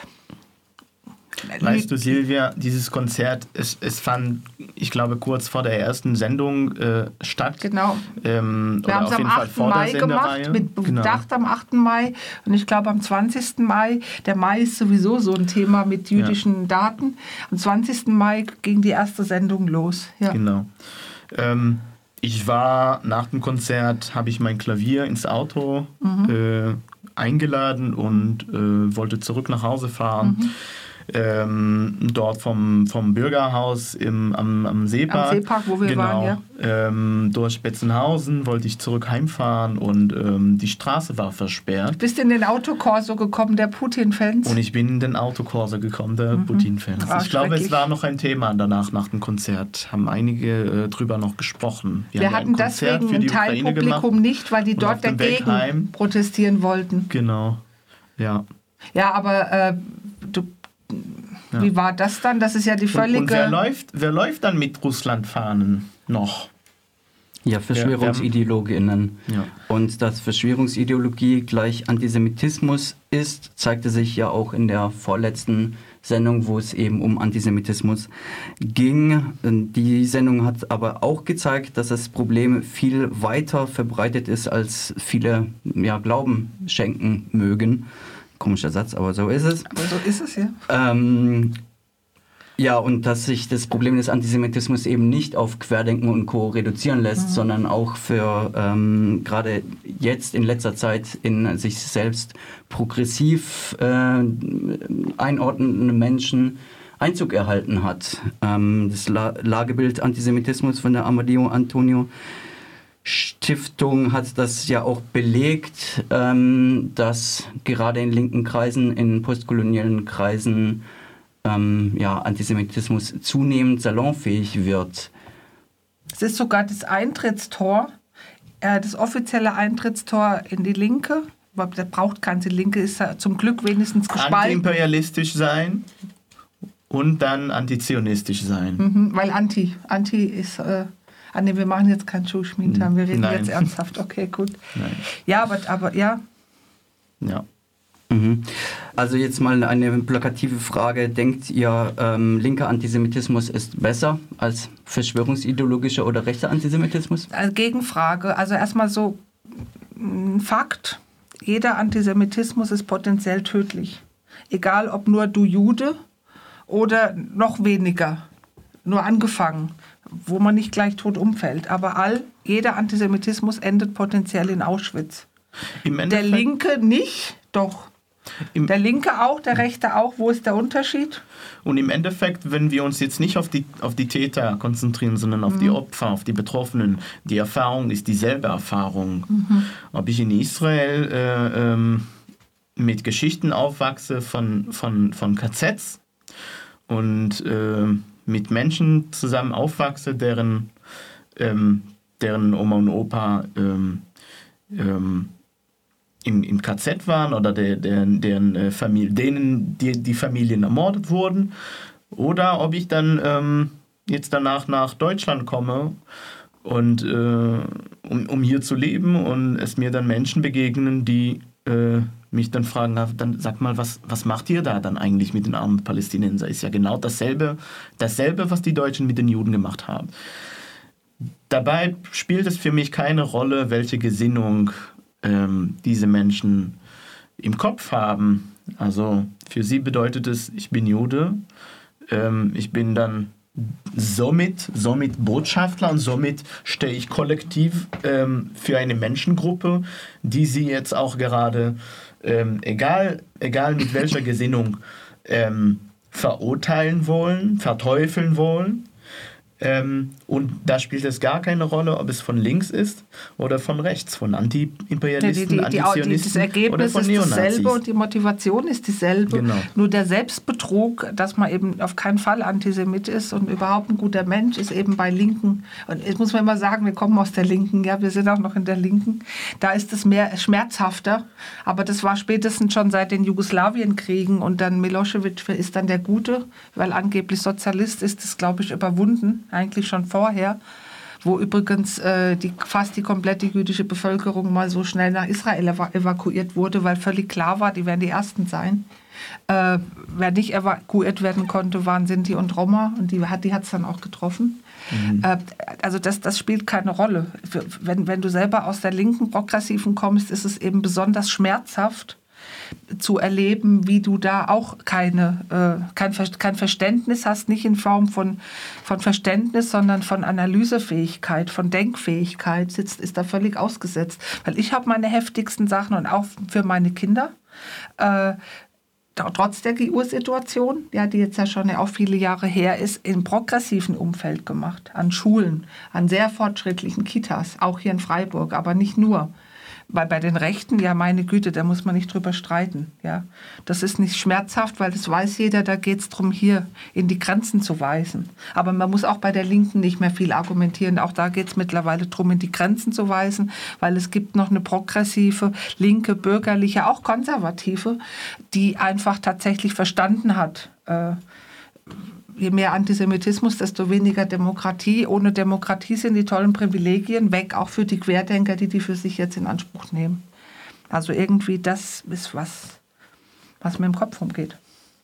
Weißt du, Silvia, dieses Konzert, es, es fand, ich glaube, kurz vor der ersten Sendung äh, statt. Genau. Ähm, Wir haben es am achten Mai gemacht, mit genau. Bedacht am achten Mai. Und ich glaube, am zwanzigsten Mai, der Mai ist sowieso so ein Thema mit jüdischen ja. Daten. Am zwanzigsten Mai ging die erste Sendung los. Ja. Genau. Ähm, ich war nach dem Konzert, habe ich mein Klavier ins Auto mhm. äh, eingeladen und äh, wollte zurück nach Hause fahren. Mhm. Ähm, dort vom, vom Bürgerhaus im, am, am Seepark. Am Seepark, wo wir genau, waren, ja. Ähm, durch Betzenhausen wollte ich zurück heimfahren und ähm, die Straße war versperrt. Du bist in den Autokorso gekommen, der Putin-Fans? Und ich bin in den Autokorso gekommen, der mhm. Putin-Fans. Ah, ich glaube, es war noch ein Thema danach, nach dem Konzert. Haben einige äh, drüber noch gesprochen. Wir, wir hatten ja ein deswegen ein Teilpublikum nicht, weil die dort dagegen protestieren wollten. Genau, ja. Ja, aber äh, du... Ja. Wie war das dann? Das ist ja die völlige... Und, und wer, läuft, wer läuft dann mit Russlandfahnen noch? Ja, Verschwörungsideologinnen. Ja. Und dass Verschwörungsideologie gleich Antisemitismus ist, zeigte sich ja auch in der vorletzten Sendung, wo es eben um Antisemitismus ging. Die Sendung hat aber auch gezeigt, dass das Problem viel weiter verbreitet ist, als viele ja, Glauben schenken mögen. Komischer Satz, aber so ist es. Aber so ist es, ja. Ähm, ja, und dass sich das Problem des Antisemitismus eben nicht auf Querdenken und Co. reduzieren lässt, mhm. sondern auch für ähm, gerade jetzt in letzter Zeit in sich selbst progressiv äh, einordnende Menschen Einzug erhalten hat. Ähm, das La- Lagebild Antisemitismus von der Amadeo Antonio Stiftung hat das ja auch belegt, ähm, dass gerade in linken Kreisen, in postkolonialen Kreisen, ähm, ja, Antisemitismus zunehmend salonfähig wird. Es ist sogar das Eintrittstor, äh, das offizielle Eintrittstor in die Linke. Da braucht keine Linke, ist zum Glück wenigstens gespalten. Antiimperialistisch sein und dann antizionistisch sein. Mhm, weil Anti, Anti ist... Äh, Ah, nee, wir machen jetzt keinen Schuhschmied, wir reden Nein. jetzt ernsthaft. Okay, gut. Nein. Ja, aber, aber ja. Ja. Mhm. Also jetzt mal eine plakative Frage. Denkt ihr, ähm, linker Antisemitismus ist besser als verschwörungsideologischer oder rechter Antisemitismus? Also Gegenfrage. Also erstmal so ein Fakt. Jeder Antisemitismus ist potenziell tödlich. Egal, ob nur du Jude oder noch weniger. Nur angefangen. Wo man nicht gleich tot umfällt. Aber all, jeder Antisemitismus endet potenziell in Auschwitz. Der Linke nicht, doch. Der Linke auch, der Rechte auch. Wo ist der Unterschied? Und im Endeffekt, wenn wir uns jetzt nicht auf die, auf die Täter konzentrieren, sondern auf mhm. die Opfer, auf die Betroffenen, die Erfahrung ist dieselbe Erfahrung. Mhm. Ob ich in Israel äh, ähm, mit Geschichten aufwachse von, von, von K Zs und... Äh, mit Menschen zusammen aufwachse, deren, ähm, deren Oma und Opa ähm, ähm, im, im K Z waren oder der, der, deren äh, Familie, denen die, die Familien ermordet wurden. Oder ob ich dann ähm, jetzt danach nach Deutschland komme, und, äh, um, um hier zu leben und es mir dann Menschen begegnen, die äh, mich dann fragen, dann sag mal, was, was macht ihr da dann eigentlich mit den armen Palästinensern? Ist ja genau dasselbe, dasselbe, was die Deutschen mit den Juden gemacht haben. Dabei spielt es für mich keine Rolle, welche Gesinnung ähm, diese Menschen im Kopf haben. Also für sie bedeutet es, ich bin Jude, ähm, ich bin dann somit, somit Botschafter und somit stehe ich kollektiv ähm, für eine Menschengruppe, die sie jetzt auch gerade Ähm, egal, egal mit welcher Gesinnung ähm, verurteilen wollen, verteufeln wollen. Ähm, und da spielt es gar keine Rolle, ob es von links ist oder von rechts, von Anti-Imperialisten, ja, die, die, Antizionisten die, das Ergebnis oder von ist Neonazis. Dasselbe und die Motivation ist dieselbe. Genau. Nur der Selbstbetrug, dass man eben auf keinen Fall Antisemit ist und überhaupt ein guter Mensch, ist eben bei Linken. Und jetzt muss man immer sagen, wir kommen aus der Linken, ja, wir sind auch noch in der Linken. Da ist es mehr schmerzhafter. Aber das war spätestens schon seit den Jugoslawienkriegen und dann Milosevic ist dann der Gute, weil angeblich Sozialist ist, das glaube ich überwunden. Eigentlich schon vorher, wo übrigens äh, die, fast die komplette jüdische Bevölkerung mal so schnell nach Israel ev- evakuiert wurde, weil völlig klar war, die werden die Ersten sein. Äh, wer nicht evakuiert werden konnte, waren Sinti und Roma und die hat die hat's dann auch getroffen. Mhm. Äh, also das, das spielt keine Rolle. Wenn, wenn du selber aus der linken Progressiven kommst, ist es eben besonders schmerzhaft zu erleben, wie du da auch keine, äh, kein, kein Verständnis hast, nicht in Form von, von Verständnis, sondern von Analysefähigkeit, von Denkfähigkeit, sitzt, ist da völlig ausgesetzt. Weil ich habe meine heftigsten Sachen und auch für meine Kinder, äh, trotz der G U-Situation, ja, die jetzt ja schon ja auch viele Jahre her ist, im progressiven Umfeld gemacht, an Schulen, an sehr fortschrittlichen Kitas, auch hier in Freiburg, aber nicht nur. Weil bei den Rechten, ja meine Güte, da muss man nicht drüber streiten. Ja. Das ist nicht schmerzhaft, weil das weiß jeder, da geht es darum, hier in die Grenzen zu weisen. Aber man muss auch bei der Linken nicht mehr viel argumentieren. Auch da geht es mittlerweile darum, in die Grenzen zu weisen, weil es gibt noch eine progressive, linke, bürgerliche, auch konservative, die einfach tatsächlich verstanden hat, äh, je mehr Antisemitismus, desto weniger Demokratie. Ohne Demokratie sind die tollen Privilegien weg, auch für die Querdenker, die die für sich jetzt in Anspruch nehmen. Also irgendwie das ist was, was mir im Kopf rumgeht.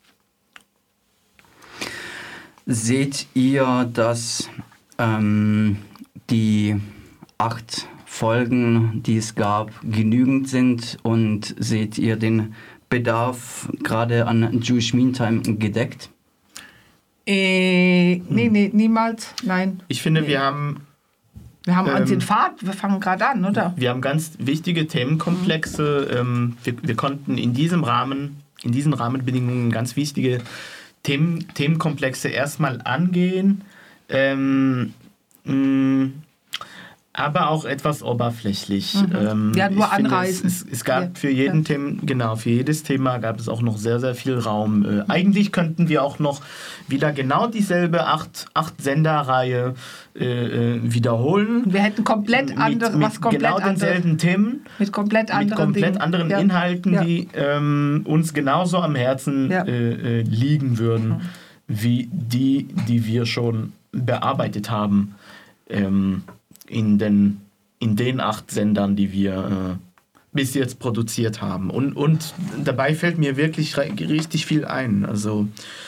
Seht ihr, dass ähm, die acht Folgen, die es gab, genügend sind? Und seht ihr den Bedarf gerade an Jewish Meantime gedeckt? Äh, nee, nee, niemals, nein. Ich finde, nee. wir haben... Wir haben ähm, den Pfad, wir fangen gerade an, oder? Wir haben ganz wichtige Themenkomplexe. Mhm. Ähm, wir, wir konnten in diesem Rahmen, in diesen Rahmenbedingungen ganz wichtige Themen, Themenkomplexe erstmal angehen. Ähm, mh, aber auch etwas oberflächlich. Mhm. Ähm, ja, nur ich finde, anreißen. Es, es, es gab ja. für jeden ja. Themen, genau, für jedes Thema gab es auch noch sehr, sehr viel Raum. Äh, eigentlich könnten wir auch noch wieder genau dieselbe acht, acht Senderreihe äh, wiederholen. Wir hätten komplett andere, mit, was mit komplett genau denselben andere, Themen, mit komplett anderen, mit komplett Dingen. anderen ja. Inhalten, ja. die ähm, uns genauso am Herzen ja. äh, äh, liegen würden, mhm. wie die, die wir schon bearbeitet haben ähm, in den in den acht Sendern, die wir äh, bis jetzt produziert haben. Und, und dabei fällt mir wirklich richtig viel ein. Also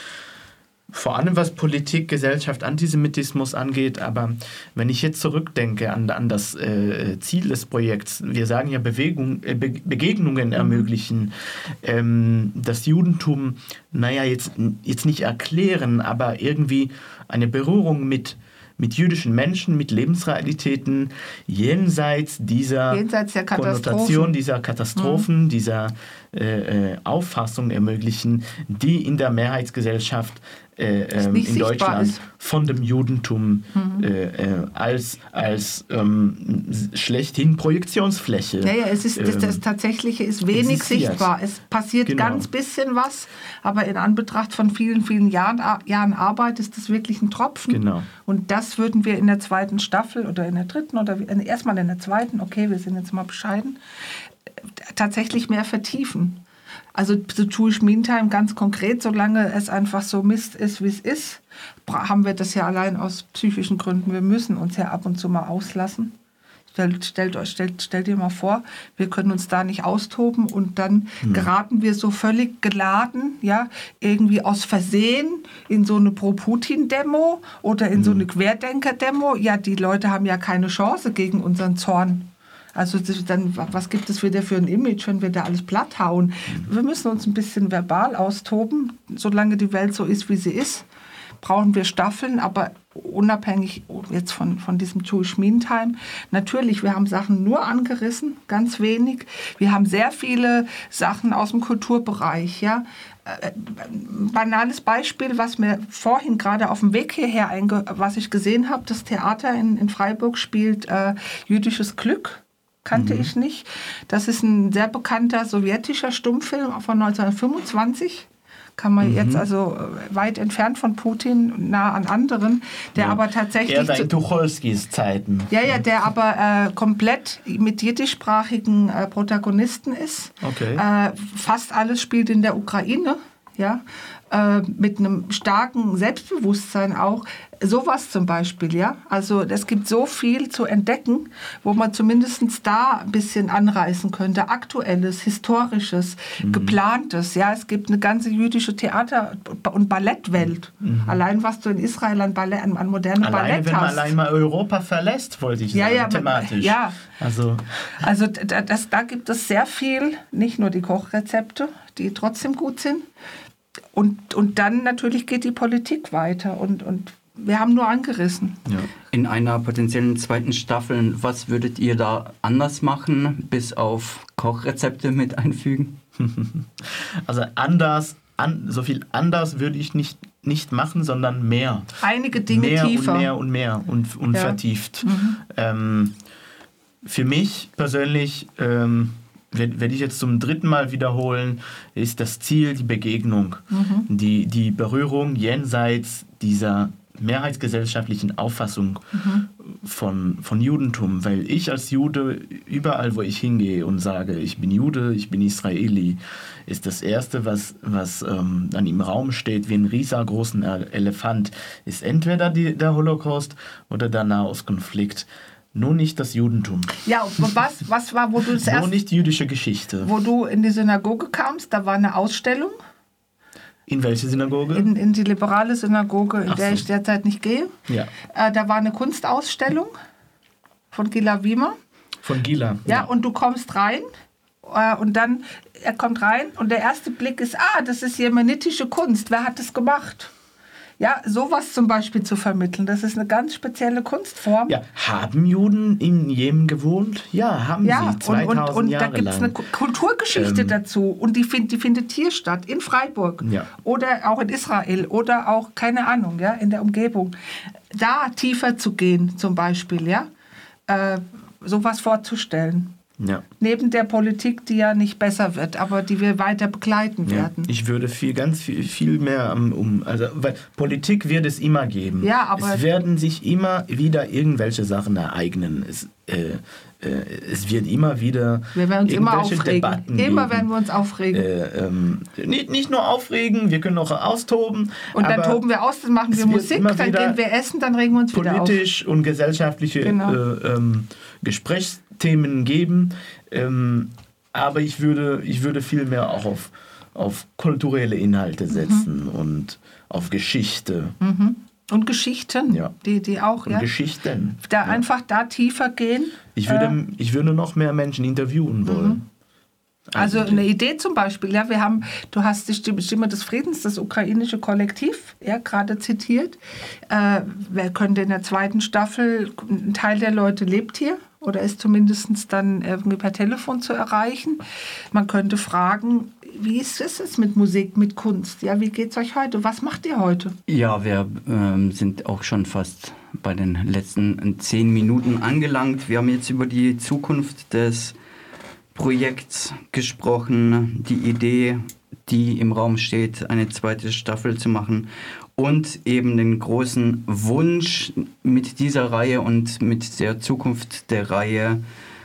vor allem was Politik, Gesellschaft, Antisemitismus angeht. Aber wenn ich jetzt zurückdenke an, an das äh, Ziel des Projekts, wir sagen ja Bewegung, äh, Be- Begegnungen ermöglichen, ähm, das Judentum, naja, jetzt, jetzt nicht erklären, aber irgendwie eine Berührung mit mit jüdischen Menschen, mit Lebensrealitäten jenseits dieser jenseits der Konnotation, dieser Katastrophen, mhm. dieser äh, Auffassung ermöglichen, die in der Mehrheitsgesellschaft äh, ähm, in Deutschland ist. Von dem Judentum mhm. äh, äh, als, als ähm, schlechthin Projektionsfläche. Ja, ja, es ist, ähm, das, das Tatsächliche ist wenig existiert. Sichtbar. Es passiert genau. ganz bisschen was, aber in Anbetracht von vielen, vielen Jahren, Jahren Arbeit ist das wirklich ein Tropfen. Genau. Und das würden wir in der zweiten Staffel oder in der dritten oder erstmal in der zweiten, okay, wir sind jetzt mal bescheiden, tatsächlich mehr vertiefen. Also zu Jewish Meantime ganz konkret, solange es einfach so Mist ist, wie es ist, haben wir das ja allein aus psychischen Gründen. Wir müssen uns ja ab und zu mal auslassen. Stellt, stellt, euch, stellt, stellt dir mal vor, wir können uns da nicht austoben und dann hm. geraten wir so völlig geladen, ja, irgendwie aus Versehen in so eine Pro-Putin-Demo oder in hm. so eine Querdenker-Demo. Ja, die Leute haben ja keine Chance gegen unseren Zorn. Also dann, was gibt es wieder für ein Image, wenn wir da alles platt hauen? Wir müssen uns ein bisschen verbal austoben. Solange die Welt so ist, wie sie ist, brauchen wir Staffeln, aber unabhängig jetzt von, von diesem Jewish Meantime. Natürlich, wir haben Sachen nur angerissen, ganz wenig. Wir haben sehr viele Sachen aus dem Kulturbereich. Ja. Ein banales Beispiel, was mir vorhin gerade auf dem Weg hierher, einge- was ich gesehen habe, das Theater in, in Freiburg spielt äh, Jüdisches Glück. Kannte mhm. ich nicht. Das ist ein sehr bekannter sowjetischer Stummfilm von neunzehnhundertfünfundzwanzig. Kann man mhm. jetzt also weit entfernt von Putin, nah an anderen, der ja. aber tatsächlich... Eher in Tucholskys Zeiten. Ja, ja, der aber äh, komplett mit jiddischsprachigen äh, Protagonisten ist. Okay. Äh, fast alles spielt in der Ukraine. Ja. äh, mit einem starken Selbstbewusstsein auch. Sowas zum Beispiel, ja. Also es gibt so viel zu entdecken, wo man zumindest da ein bisschen anreißen könnte. Aktuelles, Historisches, mhm. Geplantes. Ja, es gibt eine ganze jüdische Theater- und Ballettwelt. Mhm. Allein was du in Israel an, Ballett, an, an modernen allein, Ballett wenn man hast. allein mal Europa verlässt, wollte ich ja, sagen, ja, thematisch. Ja, also, also da, das, da gibt es sehr viel, nicht nur die Kochrezepte, die trotzdem gut sind. Und, und dann natürlich geht die Politik weiter und, und wir haben nur angerissen. Ja. In einer potenziellen zweiten Staffel, was würdet ihr da anders machen, bis auf Kochrezepte mit einfügen? Also anders, an, so viel anders würde ich nicht, nicht machen, sondern mehr. Einige Dinge mehr tiefer. Und mehr und mehr und, und ja. vertieft. Mhm. Ähm, für mich persönlich, ähm, werde ich jetzt zum dritten Mal wiederholen, ist das Ziel die Begegnung, mhm. die, die Berührung jenseits dieser mehrheitsgesellschaftlichen Auffassung mhm. von, von Judentum, weil ich als Jude überall, wo ich hingehe und sage, ich bin Jude, ich bin Israeli, ist das Erste, was, was ähm, dann im Raum steht, wie ein riesengroßen Elefant, ist entweder die, der Holocaust oder der Nahostkonflikt. Nur nicht das Judentum. Ja, was, was war, wo du das erste... Nur nicht jüdische Geschichte. Wo du in die Synagoge kamst, da war eine Ausstellung. In welche Synagoge? In, in die liberale Synagoge, in Ach der so. ich derzeit nicht gehe. Ja. Äh, da war eine Kunstausstellung von Gila Wiemer. Von Gila. Ja, Ja, und du kommst rein äh, und dann, er kommt rein und der erste Blick ist, ah, das ist jemenitische Kunst. Wer hat das gemacht? Ja, sowas zum Beispiel zu vermitteln, das ist eine ganz spezielle Kunstform. Ja, haben Juden in Jemen gewohnt? Ja, haben ja, sie, zweitausend und, und, und Jahre da gibt es lang. eine Kulturgeschichte Ähm, dazu und die, find, die findet hier statt, in Freiburg Ja. oder auch in Israel oder auch, keine Ahnung, ja, in der Umgebung. Da tiefer zu gehen zum Beispiel, ja, äh, sowas vorzustellen. Ja. Neben der Politik, die ja nicht besser wird, aber die wir weiter begleiten Ja, werden. ich würde viel, ganz viel, viel mehr um, um, also weil Politik wird es immer geben. Ja, aber es werden sich immer wieder irgendwelche Sachen ereignen. Es, äh, äh, es wird immer wieder wir werden uns immer irgendwelche aufregen. Debatten Immer geben. werden wir uns aufregen. Äh, ähm, nicht, nicht nur aufregen, wir können auch austoben. Und dann aber toben wir aus, dann machen es wir wird Musik, immer dann wieder gehen wir essen, dann regen wir uns wieder auf. politisch und gesellschaftliche Genau. äh, ähm, Gesprächsthemen geben. Ähm, aber ich würde, ich würde viel mehr auch auf, auf kulturelle Inhalte setzen mhm. und auf Geschichte. Mhm. Und Geschichten, Ja. die, die auch, Und ja. Geschichten. Da Ja. einfach da tiefer gehen. Ich würde, Äh, ich würde noch mehr Menschen interviewen wollen. Also Eigentlich. eine Idee zum Beispiel, ja, wir haben, du hast die Stimme, Stimme des Friedens, das ukrainische Kollektiv, ja, gerade zitiert. Äh, wer könnte in der zweiten Staffel, ein Teil der Leute lebt hier oder ist zumindest dann irgendwie per Telefon zu erreichen. Man könnte fragen, wie ist es jetzt mit Musik, mit Kunst? Ja, wie geht's euch heute? Was macht ihr heute? Ja, wir ähm, sind auch schon fast bei den letzten zehn Minuten angelangt. Wir haben jetzt über die Zukunft des Projekts gesprochen, die Idee, die im Raum steht, eine zweite Staffel zu machen und eben den großen Wunsch mit dieser Reihe und mit der Zukunft der Reihe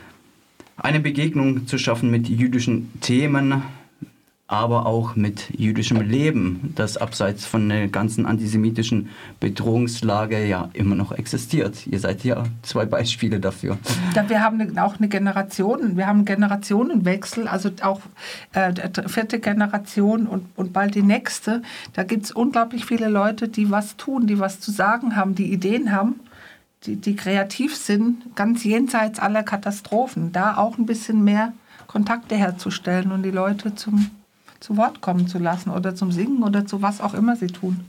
eine Begegnung zu schaffen mit jüdischen Themen, aber auch mit jüdischem Leben, das abseits von der ganzen antisemitischen Bedrohungslage ja immer noch existiert. Ihr seid ja zwei Beispiele dafür. Ja, wir haben eine, auch eine Generation, wir haben einen Generationenwechsel, also auch äh, die vierte Generation und, und bald die nächste. Da gibt es unglaublich viele Leute, die was tun, die was zu sagen haben, die Ideen haben, die, die kreativ sind, ganz jenseits aller Katastrophen. Da auch ein bisschen mehr Kontakte herzustellen und die Leute zum zu Wort kommen zu lassen oder zum Singen oder zu was auch immer sie tun.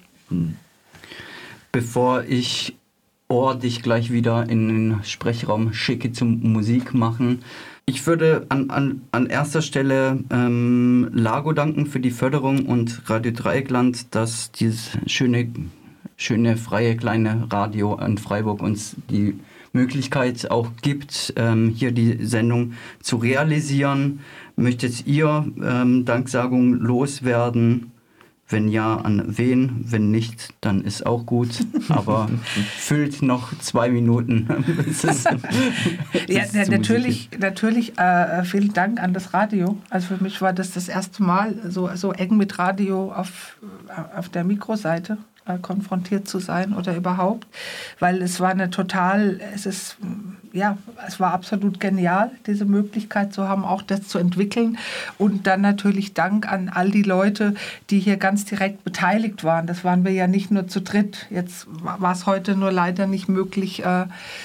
Bevor ich Ohr dich gleich wieder in den Sprechraum schicke zum Musik machen, ich würde an, an, an erster Stelle ähm, Lago danken für die Förderung und Radio Dreieckland, dass dieses schöne, schöne freie kleine Radio in Freiburg uns die Möglichkeit auch gibt, ähm, hier die Sendung zu realisieren. Möchtet ihr ähm, Danksagung loswerden Wenn ja, an wen? Wenn nicht, dann ist auch gut. Aber füllt noch zwei Minuten. bis es, ja, bis ja zur natürlich, natürlich äh, vielen Dank an das Radio. Also für mich war das das erste Mal so, so eng mit Radio auf, auf der Mikroseite äh, konfrontiert zu sein oder überhaupt. Weil es war eine total, es ist, ja, es war absolut genial, diese Möglichkeit zu haben, auch das zu entwickeln. Und dann natürlich Dank an all die Leute, die hier ganz direkt beteiligt waren. Das waren wir ja nicht nur zu dritt. Jetzt war es heute nur leider nicht möglich, äh,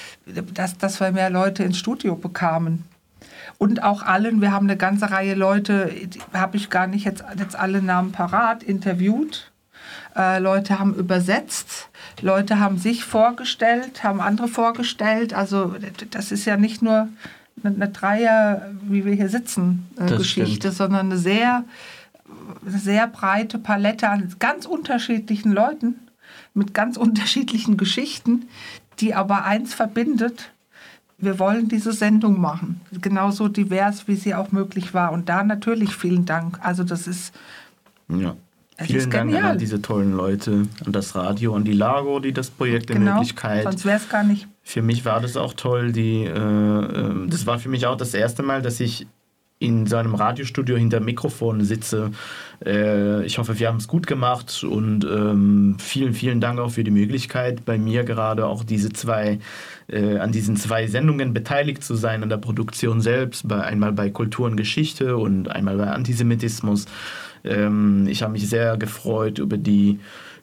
dass, dass wir mehr Leute ins Studio bekamen. Und auch allen, wir haben eine ganze Reihe Leute, habe ich gar nicht jetzt, jetzt alle Namen parat, interviewt. Äh, Leute haben übersetzt, Leute haben sich vorgestellt, haben andere vorgestellt. Also das ist ja nicht nur eine, eine Dreier, wie wir hier sitzen, äh, Geschichte, stimmt. sondern eine sehr, eine sehr breite Palette an ganz unterschiedlichen Leuten mit ganz unterschiedlichen Geschichten, die aber eins verbindet: Wir wollen diese Sendung machen, genauso divers, wie sie auch möglich war. Und da natürlich vielen Dank. Also das ist... Ja. Vielen Dank an diese tollen Leute, an das Radio, an die Lago, die das Projekt in genau, Möglichkeit. Sonst wäre es gar nicht. Für mich war das auch toll. Die, äh, das war für mich auch das erste Mal, dass ich in so einem Radiostudio hinter Mikrofon sitze. Äh, ich hoffe, wir haben es gut gemacht und ähm, vielen, vielen Dank auch für die Möglichkeit, bei mir gerade auch diese zwei, äh, an diesen zwei Sendungen beteiligt zu sein, an der Produktion selbst, bei, einmal bei Kultur und Geschichte und einmal bei Antisemitismus. Ähm, ich habe mich sehr gefreut über die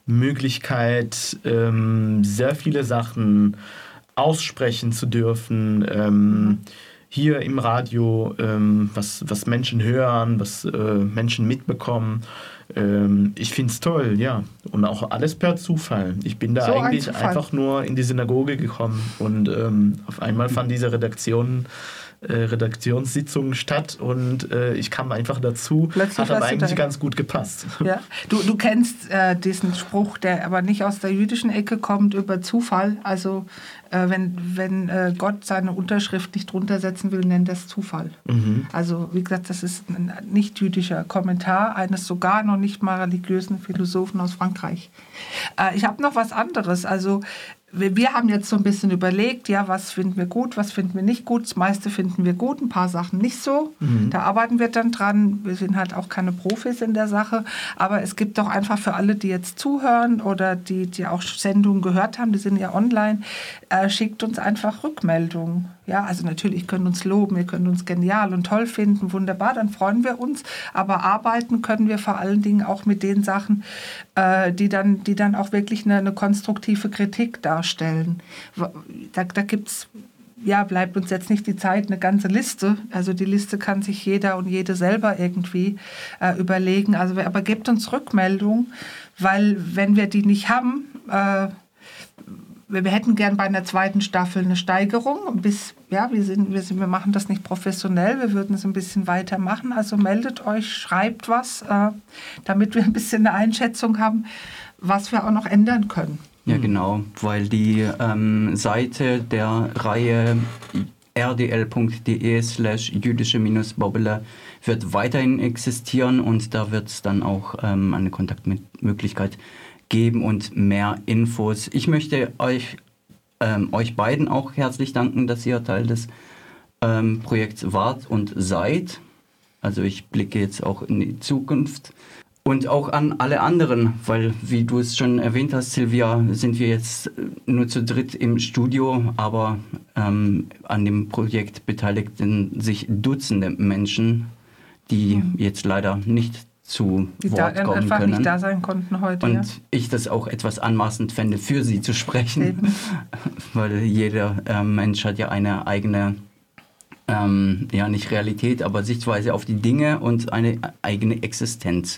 Möglichkeit, ähm, sehr viele Sachen aussprechen zu dürfen. Ähm, mhm. Hier im Radio, ähm, was, was Menschen hören, was äh, Menschen mitbekommen. Ähm, ich finde es toll, ja. Und auch alles per Zufall. Ich bin da so eigentlich ein einfach nur in die Synagoge gekommen und ähm, auf einmal fand diese Redaktion Äh, Redaktionssitzungen statt und äh, ich kam einfach dazu. Plötzlich hat aber eigentlich ganz gut gepasst. Ja. Du, du kennst äh, diesen Spruch, der aber nicht aus der jüdischen Ecke kommt, über Zufall. Also äh, wenn, wenn äh, Gott seine Unterschrift nicht drunter setzen will, nennt er es Zufall. Mhm. Also wie gesagt, das ist ein nicht-jüdischer Kommentar eines sogar noch nicht mal religiösen Philosophen aus Frankreich. Äh, ich habe noch was anderes. Also wir haben jetzt so ein bisschen überlegt, ja, was finden wir gut, was finden wir nicht gut. Das meiste finden wir gut, ein paar Sachen nicht so. Mhm. Da arbeiten wir dann dran. Wir sind halt auch keine Profis in der Sache. Aber es gibt doch einfach für alle, die jetzt zuhören oder die, die auch Sendungen gehört haben, die sind ja online, äh, schickt uns einfach Rückmeldungen. Ja, also natürlich können uns loben, ihr könnt uns genial und toll finden, wunderbar, dann freuen wir uns. Aber arbeiten können wir vor allen Dingen auch mit den Sachen, äh, die, dann, die dann auch wirklich eine, eine konstruktive Kritik darstellen. Da, da gibt es, ja, bleibt uns jetzt nicht die Zeit, eine ganze Liste. Also die Liste kann sich jeder und jede selber irgendwie äh, überlegen. Also, aber gebt uns Rückmeldung, weil wenn wir die nicht haben, äh, wir hätten gern bei einer zweiten Staffel eine Steigerung. Bis, ja, wir, sind, wir, sind, wir machen das nicht professionell, wir würden es ein bisschen weitermachen. Also meldet euch, schreibt was, äh, damit wir ein bisschen eine Einschätzung haben, was wir auch noch ändern können. Ja, genau, weil die ähm, Seite der Reihe rdl.de slash jüdische-bobbele wird weiterhin existieren und da wird es dann auch ähm, eine Kontaktmöglichkeit geben und mehr Infos. Ich möchte euch, ähm, euch beiden auch herzlich danken, dass ihr Teil des ähm, Projekts wart und seid. Also ich blicke jetzt auch in die Zukunft. Und auch an alle anderen, weil, wie du es schon erwähnt hast, Silvia, sind wir jetzt nur zu dritt im Studio, aber ähm, an dem Projekt beteiligten sich Dutzende Menschen, die mhm. jetzt leider nicht zu die Wort da, kommen einfach können. nicht da sein konnten heute. Und ja. ich das auch etwas anmaßend fände, für sie zu sprechen, Eben. weil jeder äh, Mensch hat ja eine eigene, ähm, ja nicht Realität, aber Sichtweise auf die Dinge und eine eigene Existenz.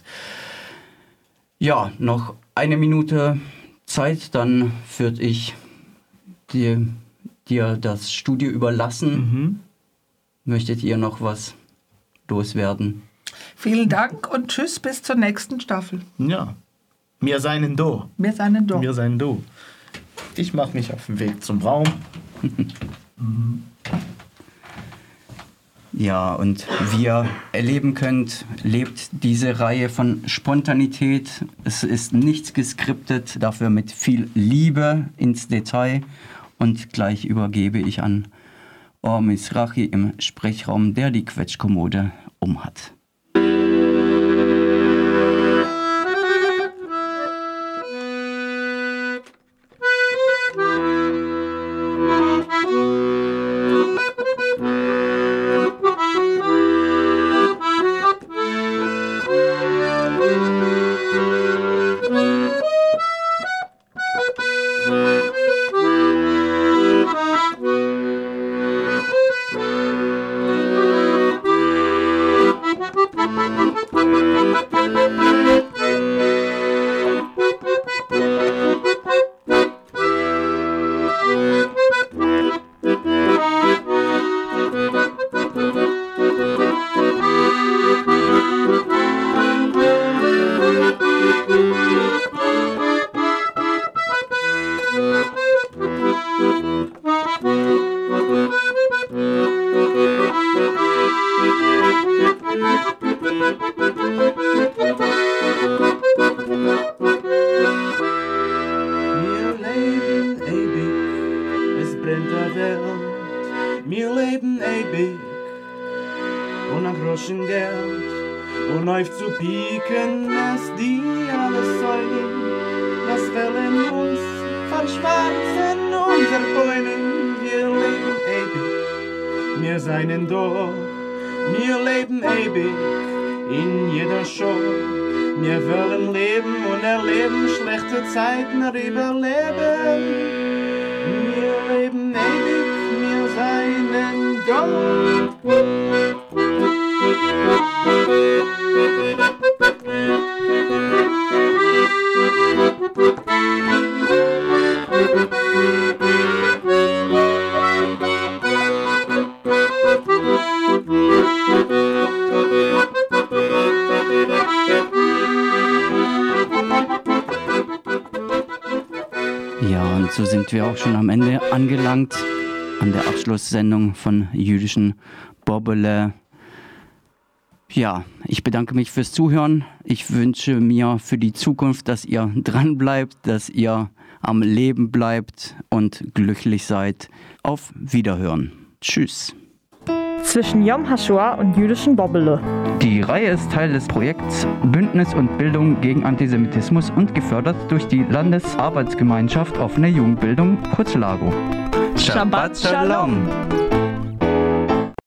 Ja, noch eine Minute Zeit, dann würde ich dir, dir das Studio überlassen. Mhm. Möchtet ihr noch was loswerden? Vielen Dank und tschüss bis zur nächsten Staffel. Ja, wir seien do. Wir seien do. Wir seien do. Ich mache mich auf den Weg zum Raum. Ja, und wie ihr erleben könnt, lebt diese Reihe von Spontanität. Es ist nichts geskriptet, dafür mit viel Liebe ins Detail. Und gleich übergebe ich an Or Mizrahi im Sprechraum, der die Quetschkommode umhat. Ja, und so sind wir auch schon am Ende angelangt, an der Abschlusssendung von Jüdischen Bobbele. Ja, ich bedanke mich fürs Zuhören. Ich wünsche mir für die Zukunft, dass ihr dran bleibt, dass ihr am Leben bleibt und glücklich seid. Auf Wiederhören. Tschüss. Zwischen Yom HaShoah und Jüdischen Bobbele. Die Reihe ist Teil des Projekts Bündnis und Bildung gegen Antisemitismus und gefördert durch die Landesarbeitsgemeinschaft Offene Jugendbildung, kurz LAGO. Shabbat Shalom.